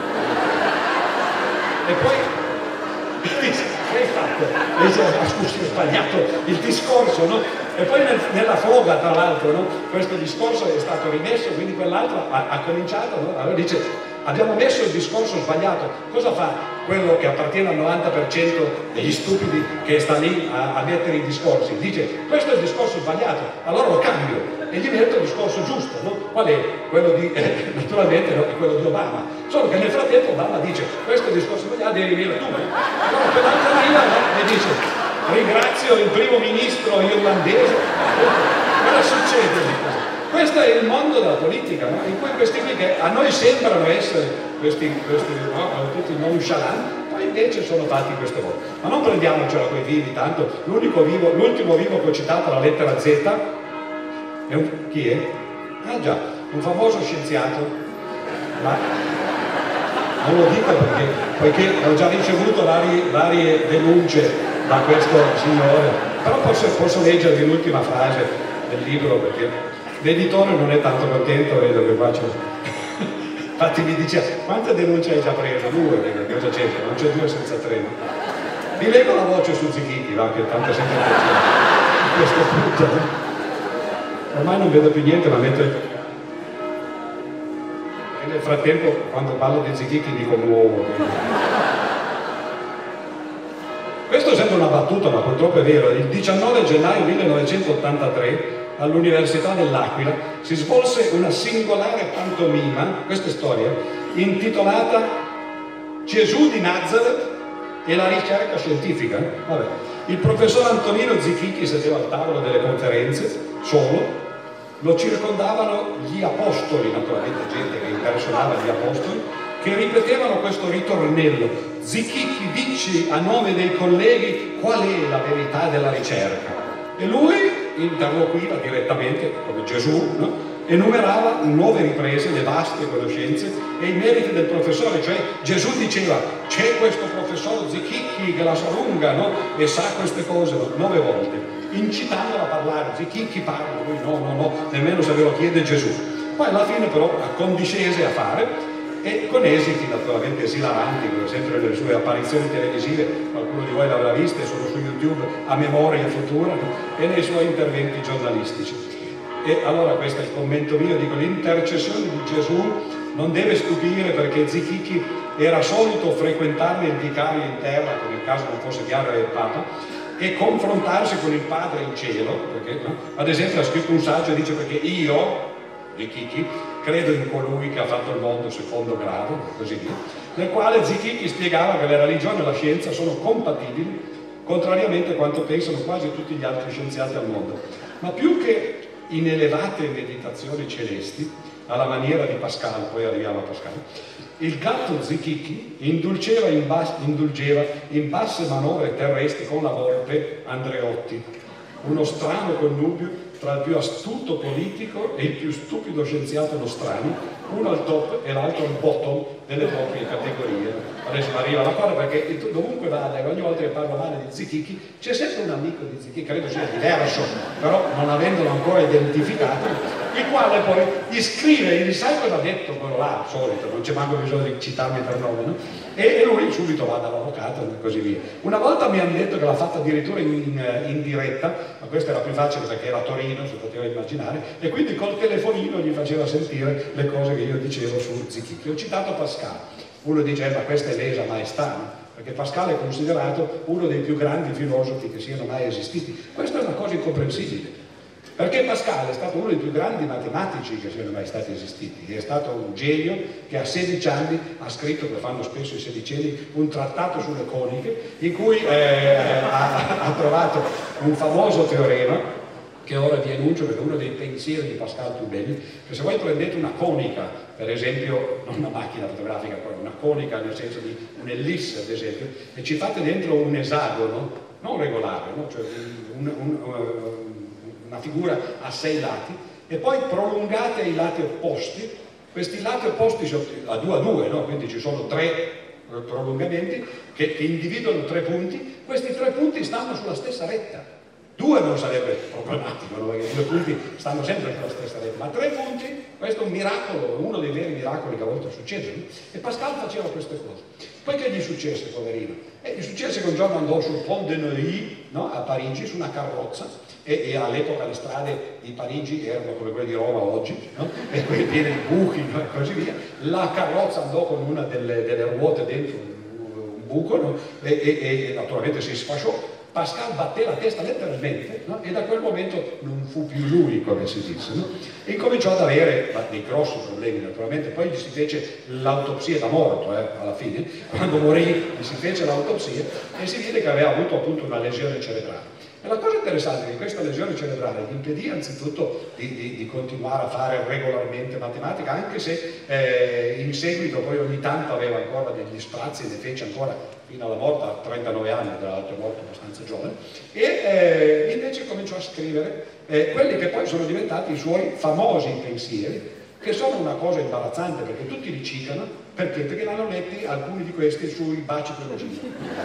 e poi che hai fatto? Dice, scusi, ho sbagliato il discorso, no? E poi nella foga, tra l'altro, no? Questo discorso è stato rimesso, quindi quell'altro ha cominciato, no? Allora dice, abbiamo messo il discorso sbagliato, cosa fa quello che appartiene al 90% degli stupidi che sta lì a mettere i discorsi? Dice, questo è il discorso sbagliato, allora lo cambio e gli metto il discorso giusto, no? Qual è? Quello di, naturalmente, no? È quello di Obama, solo che nel frattempo Obama dice, questo è il discorso sbagliato, devi dire tu. Allora quell'altra arriva, no? E dice, ringrazio il primo ministro irlandese. Cosa succede? Questo è il mondo della politica, no? In cui questi qui che a noi sembrano essere questi no? Tutti nonchalant, poi invece sono fatti in questo modo. Ma non prendiamocela coi vivi, tanto l'ultimo vivo che ho citato, la lettera Z, è chi è? Ah già, un famoso scienziato, ma non lo dico poiché ho già ricevuto varie denunce da questo signore, però posso leggervi l'ultima frase del libro perché l'editore non è tanto contento, vedo che qua c'è. Infatti mi dice, quante denunce hai già preso? 2, cosa c'è? Non c'è 2 senza 3. Vi leggo la voce su Zichichi, va, che tanto sempre a questo punto. Ormai non vedo più niente, ma mentre... E nel frattempo, quando parlo di Zichichi, dico nuovo. Questo sembra una battuta, ma purtroppo è vero. Il 19 gennaio 1983 all'Università dell'Aquila si svolse una singolare pantomima, questa è storia, intitolata Gesù di Nazareth e la ricerca scientifica. Vabbè. Il professor Antonino Zichichi sedeva al tavolo delle conferenze, solo, lo circondavano gli apostoli, naturalmente gente che impersonava gli apostoli, che ripetevano questo ritornello: Zichichi, dici a nome dei colleghi qual è la verità della ricerca. E lui interloquiva direttamente, come Gesù, no? Enumerava in 9 riprese le vaste conoscenze e i meriti del professore, cioè Gesù diceva c'è questo professor Zichichi che la sa lunga, no? E sa queste cose, no? 9 volte, incitandolo a parlare. Zichichi parla, lui no, nemmeno se ve lo chiede Gesù. Poi alla fine però accondiscese a fare, e con esiti naturalmente esilaranti, come sempre nelle sue apparizioni televisive, qualcuno di voi l'avrà vista, sono su YouTube a memoria futura, e nei suoi interventi giornalistici. E allora questo è il commento mio, dico, l'intercessione di Gesù non deve stupire, perché Zichichi era solito frequentare il vicario in terra, che nel caso non fosse chiaro era il Papa, e confrontarsi con il Padre in cielo, perché, no? Ad esempio ha scritto un saggio e dice, perché io, Zichichi, credo in colui che ha fatto il mondo secondo grado, e così via, nel quale Zichichi spiegava che la religione e la scienza sono compatibili, contrariamente a quanto pensano quasi tutti gli altri scienziati al mondo. Ma più che in elevate meditazioni celesti, alla maniera di Pascal, poi arriviamo a Pascal, il gatto Zichichi indulgeva in basse manovre terrestri con la volpe Andreotti, uno strano connubio tra il più astuto politico e il più stupido scienziato nostrani, uno al top e l'altro al bottom delle proprie categorie. Adesso arriva la cosa, perché dovunque vada, ogni volta che parlo male di Zichichi, c'è sempre un amico di Zichichi, credo sia diverso, però non avendolo ancora identificato, il quale poi gli scrive, gli sai cosa ha detto quello là, solito, non c'è manco bisogno di citarmi per nome, no? E lui subito va dall'avvocato e così via. Una volta mi hanno detto che l'ha fatta addirittura in diretta, ma questo era più facile perché era a Torino, si poteva immaginare, e quindi col telefonino gli faceva sentire le cose che io dicevo su Zichichi. Ho citato Pascal. Uno dice, ma questa è lesa maestà, perché Pascal è considerato uno dei più grandi filosofi che siano mai esistiti. Questa è una cosa incomprensibile, perché Pascal è stato uno dei più grandi matematici che siano mai stati esistiti, è stato un genio che a 16 anni ha scritto, come fanno spesso i sedicenni, un trattato sulle coniche, in cui ha trovato un famoso teorema che ora vi annuncio perché è uno dei pensieri di Pascal più belli, che se voi prendete una conica, per esempio, non una macchina fotografica, una conica nel senso di un'ellisse ad esempio, e ci fate dentro un esagono, non regolare, no? Cioè una figura a 6 lati, e poi prolungate i lati opposti, questi lati opposti sono a 2, no? Quindi ci sono 3 prolungamenti che individuano 3 punti, questi 3 punti stanno sulla stessa retta. 2 non sarebbe problematico, no? Perché 2 punti stanno sempre sulla stessa retta, ma 3 punti, questo è un miracolo, uno dei veri miracoli che a volte succedono, e Pascal faceva queste cose. Poi che gli successe, poverino? Gli successe che un giorno andò sul Pont de Neuilly, no? A Parigi, su una carrozza, e all'epoca le strade di Parigi erano come quelle di Roma oggi, no? E quelle piene di buchi, no? E così via. La carrozza andò con una delle ruote dentro un buco, no? E naturalmente si sfasciò. Pascal batté la testa letteralmente, no? E da quel momento non fu più lui, come si dice, no? E incominciò ad avere dei grossi problemi naturalmente, poi gli si fece l'autopsia da morto, alla fine, quando morì gli si fece l'autopsia e si vide che aveva avuto appunto una lesione cerebrale. E la cosa interessante è che questa lesione cerebrale gli impedì anzitutto di continuare a fare regolarmente matematica, anche se in seguito poi ogni tanto aveva ancora degli sprazzi, ne fece ancora fino alla morte, a 39 anni, tra l'altro è morto abbastanza giovane, e invece cominciò a scrivere quelli che poi sono diventati i suoi famosi pensieri, che sono una cosa imbarazzante perché tutti li citano, perché ne hanno letti alcuni di questi sui baci perugina.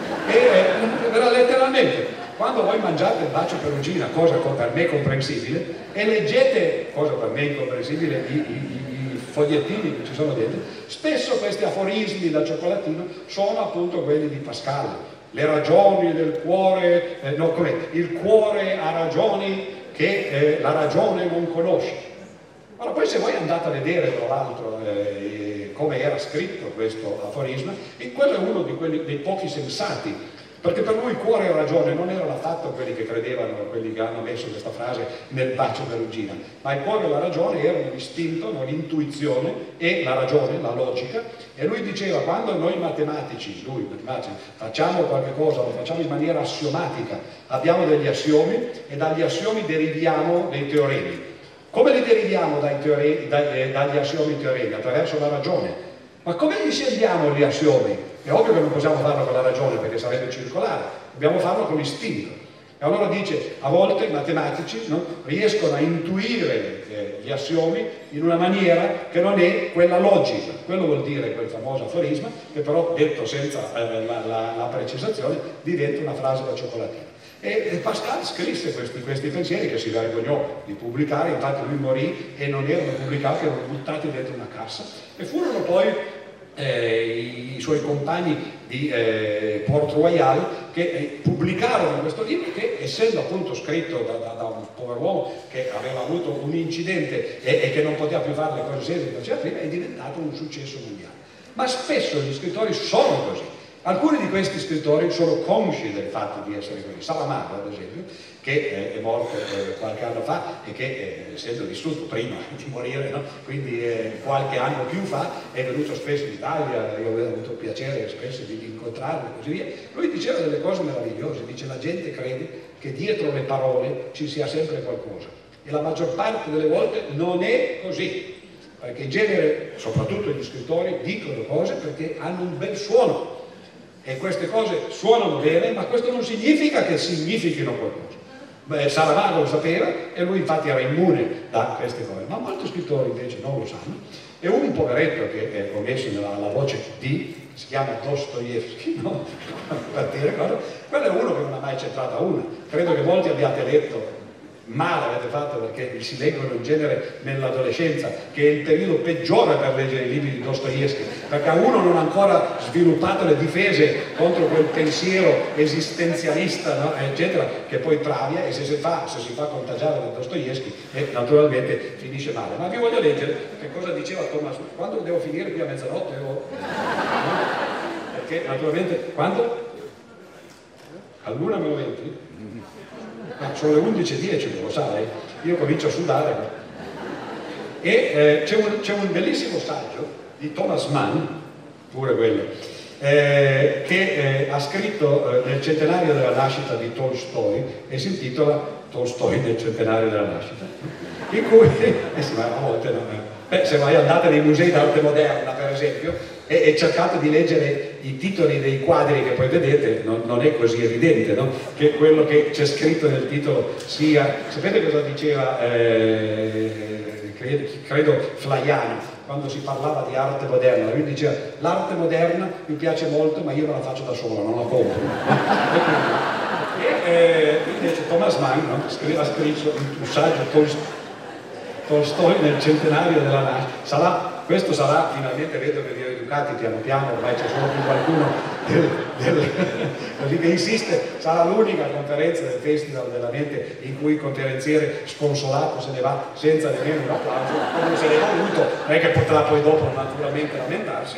E letteralmente, quando voi mangiate il bacio perugina, cosa per me comprensibile, e leggete, cosa per me incomprensibile, i fogliettini che ci sono dentro, spesso questi aforismi da cioccolatino sono appunto quelli di Pascal. Le ragioni del cuore, no, com'è? Il cuore ha ragioni che la ragione non conosce. Allora, poi se voi andate a vedere tra l'altro come era scritto questo aforisma, e quello è uno di quelli, dei pochi sensati, perché per lui cuore e ragione non erano affatto quelli che credevano, quelli che hanno messo questa frase nel bacio perugina, ma il cuore e la ragione erano l'istinto, l'intuizione e la ragione, la logica, e lui diceva quando noi matematici, facciamo qualche cosa, lo facciamo in maniera assiomatica, abbiamo degli assiomi e dagli assiomi deriviamo dei teoremi. Come li deriviamo dagli assiomi teoremi? Attraverso la ragione. Ma come li scegliamo gli assiomi? È ovvio che non possiamo farlo con la ragione perché sarebbe circolare, dobbiamo farlo con l'istinto. E allora dice, a volte i matematici, no, riescono a intuire gli assiomi in una maniera che non è quella logica. Quello vuol dire quel famoso aforisma, che però detto senza la precisazione diventa una frase da cioccolatino. E Pascal scrisse questi pensieri che si vergognò di pubblicare, infatti lui morì e non erano pubblicati, erano buttati dentro una cassa, e furono poi i suoi compagni di Port Royal che pubblicarono questo libro che, essendo appunto scritto da un pover'uomo che aveva avuto un incidente e che non poteva più fare le cose serie che faceva prima, è diventato un successo mondiale. Ma spesso gli scrittori sono così. Alcuni di questi scrittori sono consci del fatto di essere così. Saramago, ad esempio, che è morto qualche anno fa e che, essendo vissuto prima di morire, no? Quindi qualche anno più fa, è venuto spesso in Italia, io avevo avuto il piacere spesso di incontrarlo e così via. Lui diceva delle cose meravigliose, dice la gente crede che dietro le parole ci sia sempre qualcosa e la maggior parte delle volte non è così, perché in genere, soprattutto gli scrittori, dicono cose perché hanno un bel suono. E queste cose suonano bene, ma questo non significa che significhino qualcosa. Saramago lo sapeva e lui infatti era immune da queste cose, ma molti scrittori invece non lo sanno. E un poveretto che ho messo alla voce D, si chiama Dostoevsky, no? Per dire cosa, quello è uno che non ha mai centrata una. Credo che molti abbiate letto, male avete fatto perché si leggono in genere nell'adolescenza, che è il periodo peggiore per leggere i libri di Dostoevsky, perché uno non ha ancora sviluppato le difese contro quel pensiero esistenzialista, no? Eccetera, che poi travia, e se si fa contagiare da Dostoevsky naturalmente finisce male. Ma vi voglio leggere che cosa diceva Thomas, quando devo finire qui a mezzanotte perché naturalmente, quando? all'1:20? Sono le 11:10, lo sai, io comincio a sudare. E c'è un bellissimo saggio di Thomas Mann, pure quello, che ha scritto nel centenario della nascita di Tolstoi, e si intitola Tolstoi nel centenario della nascita, in cui, sì, ma a volte se vai andate nei musei d'arte moderna per esempio e cercate di leggere i titoli dei quadri che poi vedete, non è così evidente, no? Che quello che c'è scritto nel titolo sia, sapete cosa diceva credo Flaiano quando si parlava di arte moderna? Lui diceva: l'arte moderna mi piace molto ma io non la faccio da sola, non la compro. E invece Thomas Mann, no? ha scritto un saggio, Tolstoi nel centenario della nascita. Questo sarà, finalmente vedo che vi ho educati piano piano, ormai c'è solo più qualcuno che insiste, sarà l'unica conferenza del Festival della Mente in cui il conferenziere sconsolato se ne va senza nemmeno un applauso, come se ne è voluto, non è che potrà poi dopo naturalmente lamentarsi.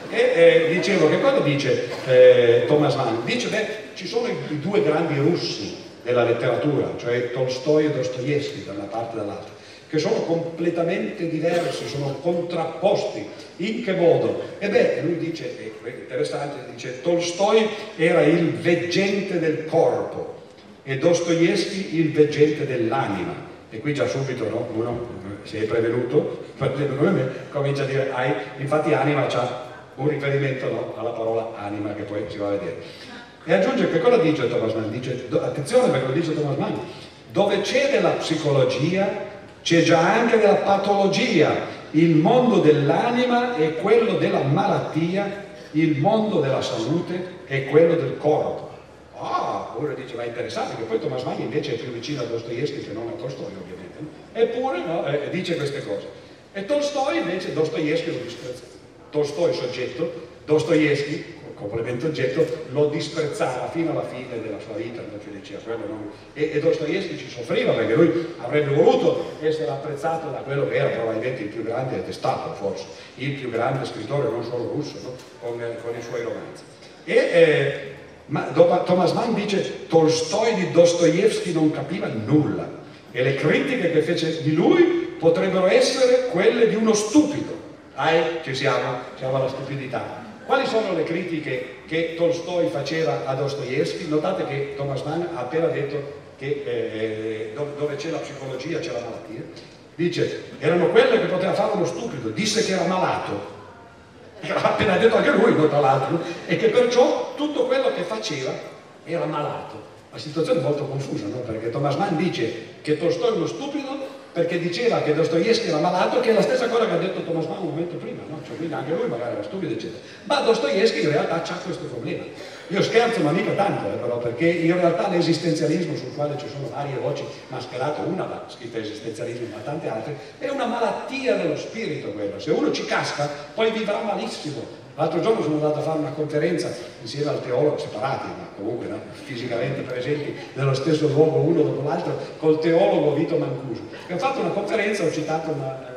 E dicevo, che cosa dice Thomas Mann? Dice, ci sono i due grandi russi della letteratura, cioè Tolstoi e Dostoevskij da una parte e dall'altra, che sono completamente diversi, sono contrapposti. In che modo? Lui dice, è interessante, dice: Tolstoi era il veggente del corpo e Dostoevskij il veggente dell'anima. E qui già subito, no? Uno si è prevenuto, comincia a dire, infatti anima c'ha un riferimento, no? Alla parola anima, che poi si va a vedere. E aggiunge, che cosa dice Thomas Mann? Dice, attenzione perché lo dice Thomas Mann, dove c'è della psicologia c'è già anche della patologia, il mondo dell'anima è quello della malattia, il mondo della salute è quello del corpo. Ora dice, ma è interessante, che poi Thomas Mann invece è più vicino a Dostoevskij che non a Tolstoi ovviamente, no? Eppure no, dice queste cose. E Tolstoi invece, Dostoevskij lo disprezza. Tolstoi soggetto, Dostoevskij complemento oggetto, lo disprezzava fino alla fine della sua vita, non ci diceva quello, no? E Dostoevskij ci soffriva perché lui avrebbe voluto essere apprezzato da quello che era probabilmente il più grande, ed è stato forse il più grande scrittore, non solo russo, no? con i suoi romanzi. Ma Thomas Mann dice: Tolstoi di Dostoevskij non capiva nulla e le critiche che fece di lui potrebbero essere quelle di uno stupido. Ci siamo alla stupidità. Quali sono le critiche che Tolstoi faceva a Dostoevskij? Notate che Thomas Mann ha appena detto che dove c'è la psicologia c'è la malattia. Dice, erano quelle che poteva fare uno stupido, disse che era malato. Ha appena detto anche lui, tra l'altro, e che perciò tutto quello che faceva era malato. La situazione è molto confusa, no? Perché Thomas Mann dice che Tolstoi è uno stupido perché diceva che Dostoevskij era malato, che è la stessa cosa che ha detto Thomas Mann un momento prima, no? Cioè, quindi anche lui magari era stupido, eccetera. Ma Dostoevskij in realtà ha questo problema. Io scherzo, ma mica tanto, però, perché in realtà l'esistenzialismo, sul quale ci sono varie voci mascherate, una va scritta esistenzialismo, ma tante altre, è una malattia dello spirito quello. Se uno ci casca, poi vivrà malissimo. L'altro giorno sono andato a fare una conferenza insieme al teologo, separati, ma comunque no, fisicamente presenti nello stesso luogo uno dopo l'altro, col teologo Vito Mancuso. E ho fatto una conferenza, ho citato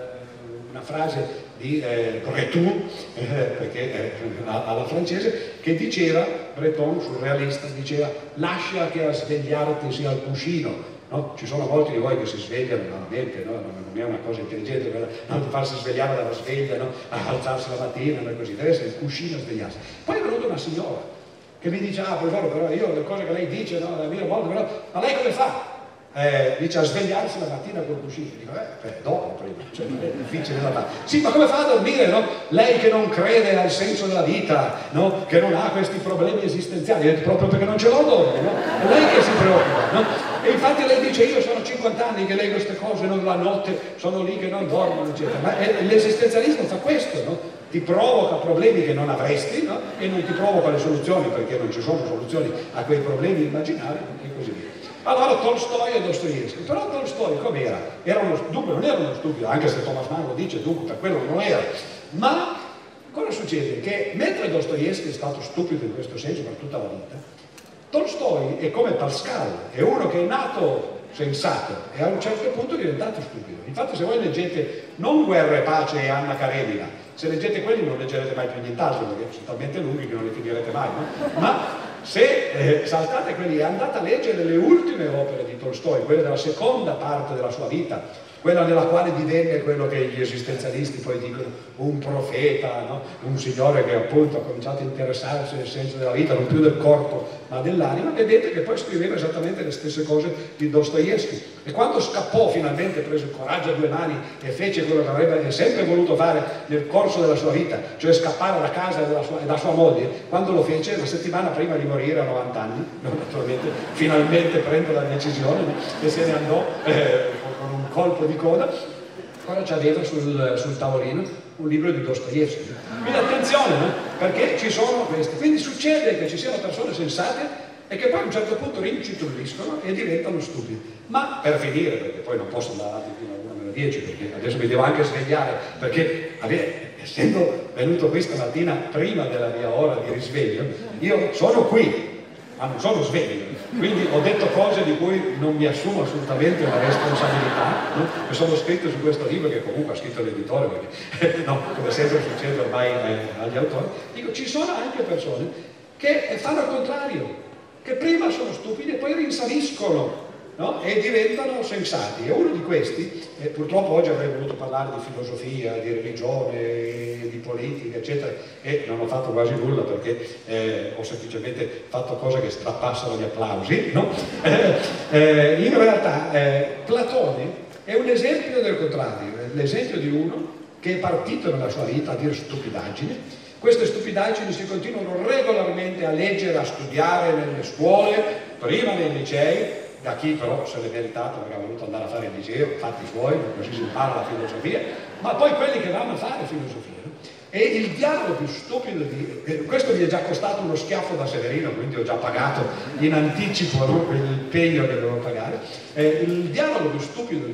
una frase di Breton, perché alla francese, che diceva, Breton, surrealista, diceva: lascia che a svegliarti sia il cuscino. No? Ci sono molti di voi che si svegliano normalmente, no? Non è una cosa intelligente quella, no? Di farsi svegliare dalla sveglia, no? A alzarsi la mattina, no? Così, deve essere il cuscino a svegliarsi. Poi è venuta una signora che mi dice: però io le cose che lei dice, no? La mia volta, però, ma lei come fa? Dice a svegliarsi la mattina col cuscino. Dico, dopo prima, cioè non è difficile da fare. Sì, ma come fa a dormire, no? Lei che non crede al senso della vita, no? Che non ha questi problemi esistenziali, proprio perché non ce l'ho dorme, no? È lei che si preoccupa, no? E infatti lei dice: io sono 50 anni che leggo queste cose, non la notte sono lì che non dormono, eccetera. Ma l'esistenzialismo fa questo, no? Ti provoca problemi che non avresti, no? E non ti provoca le soluzioni, perché non ci sono soluzioni a quei problemi immaginari, e così via. Allora Tolstoi e Dostoevskij, però Tolstoi com'era? Dunque non era uno stupido, anche se Thomas Mann lo dice, dunque per quello non era. Ma cosa succede? Che mentre Dostoevskij è stato stupido in questo senso per tutta la vita, Tolstoi è come Pascal, è uno che è nato sensato e a un certo punto è diventato stupido. Infatti se voi leggete non Guerra e Pace e Anna Karenina, Se leggete quelli non leggerete mai più nient'altro, perché sono talmente lunghi che non li finirete mai, no? Ma se saltate quelli e andate a leggere le ultime opere di Tolstoi, quelle della seconda parte della sua vita, quella nella quale divenne quello che gli esistenzialisti poi dicono un profeta, no? Un signore che appunto ha cominciato a interessarsi del senso della vita, non più del corpo ma dell'anima, vedete che poi scriveva esattamente le stesse cose di Dostoevsky. E quando scappò finalmente, prese il coraggio a due mani e fece quello che avrebbe sempre voluto fare nel corso della sua vita, cioè scappare da casa e da sua moglie, quando lo fece, una settimana prima di morire a 90 anni, naturalmente, finalmente prende la decisione, no? E se ne andò con un colpo di coda. Cosa c'aveva sul tavolino? Un libro di Dostoevsky. Quindi attenzione, no? Perché ci sono questi. Quindi succede che ci siano persone sensate e che poi a un certo punto rincitruliscono e diventano stupidi. Ma per finire, perché poi non posso andare avanti fino a 1:10, perché adesso mi devo anche svegliare, perché essendo venuto qui stamattina prima della mia ora di risveglio, io sono qui, ma non sono sveglio, quindi ho detto cose di cui non mi assumo assolutamente la responsabilità, no? E sono scritto su questo libro che comunque ha scritto l'editore, perché no, come sempre succede ormai agli autori. Dico, ci sono anche persone che fanno il contrario, che prima sono stupidi e poi rinsaviscono, no? E diventano sensati. E uno di questi, purtroppo oggi avrei voluto parlare di filosofia, di religione, di politica, eccetera, e non ho fatto quasi nulla perché ho semplicemente fatto cose che strappassero gli applausi, no? In realtà Platone è un esempio del contrario, è l'esempio di uno che è partito nella sua vita a dire stupidaggini. Queste stupidaggini si continuano regolarmente a leggere, a studiare nelle scuole, prima nei licei, da chi però se l'è meritato perché ha voluto andare a fare il liceo, fatti suoi, così si impara la filosofia, ma poi quelli che vanno a fare filosofia. E il dialogo più stupido di... questo mi è già costato uno schiaffo da Severino, quindi ho già pagato in anticipo l'impegno che devo pagare. Il dialogo più stupido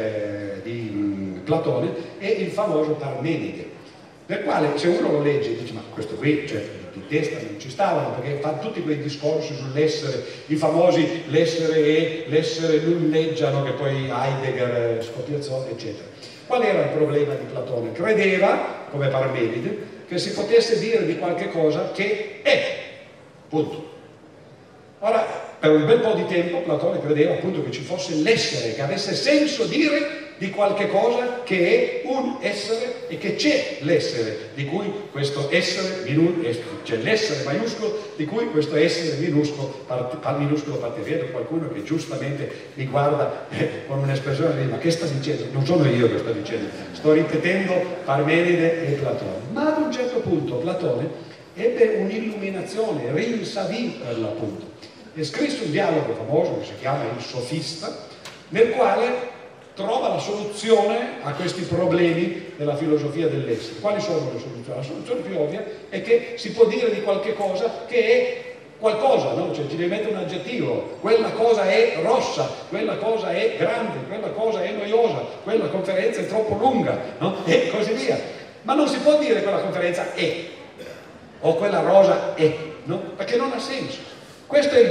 di Platone è il famoso Parmenide, nel quale se uno lo legge e dice ma questo qui, cioè, di testa non ci stavano, perché fa tutti quei discorsi sull'essere, i famosi l'essere e l'essere nulleggiano che poi Heidegger scopiazzò, eccetera. Qual era il problema di Platone? Credeva, come Parmenide, che si potesse dire di qualche cosa che è, punto. Ora, per un bel po' di tempo Platone credeva appunto che ci fosse l'essere, che avesse senso dire di qualche cosa che è un essere e che c'è l'essere, di cui questo essere, c'è l'essere maiuscolo, di cui questo essere minuscolo parte. Vedo qualcuno che giustamente mi guarda con un'espressione di ma che sta dicendo? Non sono io che sto dicendo, sto ripetendo Parmenide e Platone. Ma ad un certo punto Platone ebbe un'illuminazione, rinsavì per l'appunto, e scrisse un dialogo famoso che si chiama Il Sofista, nel quale trova la soluzione a questi problemi della filosofia dell'essere. Quali sono le soluzioni? La soluzione più ovvia è che si può dire di qualche cosa che è qualcosa, no? Cioè ci deve mettere un aggettivo, quella cosa è rossa, quella cosa è grande, quella cosa è noiosa, quella conferenza è troppo lunga, no? E così via. Ma non si può dire quella conferenza è, o quella rosa è, no? Perché non ha senso. Questa è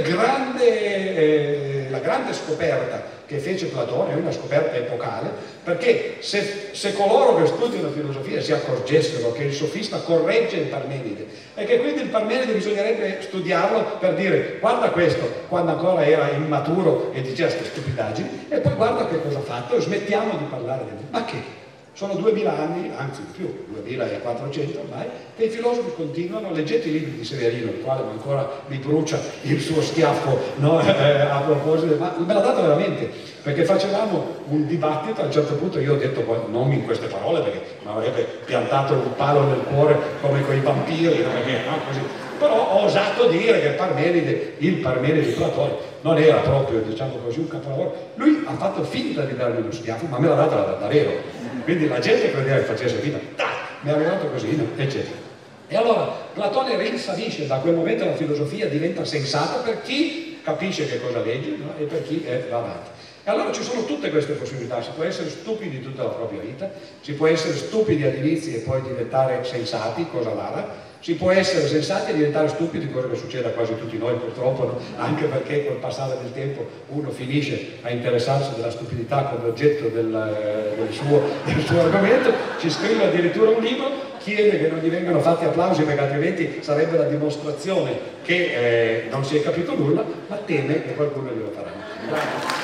la grande scoperta che fece Platone, è una scoperta epocale, perché se coloro che studiano filosofia si accorgessero che il sofista corregge il Parmenide e che quindi il Parmenide bisognerebbe studiarlo per dire guarda questo, quando ancora era immaturo e diceva queste stupidaggini, e poi guarda che cosa ha fatto e smettiamo di parlare di lui. Ma che? Sono 2000 anni, anzi di più, 2400 ormai, che i filosofi continuano. Leggete i libri di Severino, il quale ancora mi brucia il suo schiaffo, no? A proposito, ma me l'ha dato veramente, perché facevamo un dibattito, a un certo punto io ho detto, non in queste parole, perché mi avrebbe piantato un palo nel cuore come quei vampiri, perché, no? Così. Però ho osato dire che il Parmenide di Platone non era proprio, diciamo così, un capolavoro. Lui ha fatto finta di darmi uno schiaffo, ma me l'ha dato davvero. Quindi la gente credeva che facesse finta, mi è arrivato così, no? Eccetera. E allora Platone rinsavisce, da quel momento la filosofia diventa sensata per chi capisce che cosa legge, no? E per chi va avanti. E allora ci sono tutte queste possibilità, si può essere stupidi tutta la propria vita, si può essere stupidi all'inizio e poi diventare sensati, cosa rara, si può essere sensati e diventare stupidi, cosa che succede a quasi tutti noi purtroppo, no? Anche perché col passare del tempo uno finisce a interessarsi della stupidità come oggetto del suo argomento, ci scrive addirittura un libro chiede che non gli vengano fatti applausi perché altrimenti sarebbe la dimostrazione che non si è capito nulla, ma teme che qualcuno glielo farà.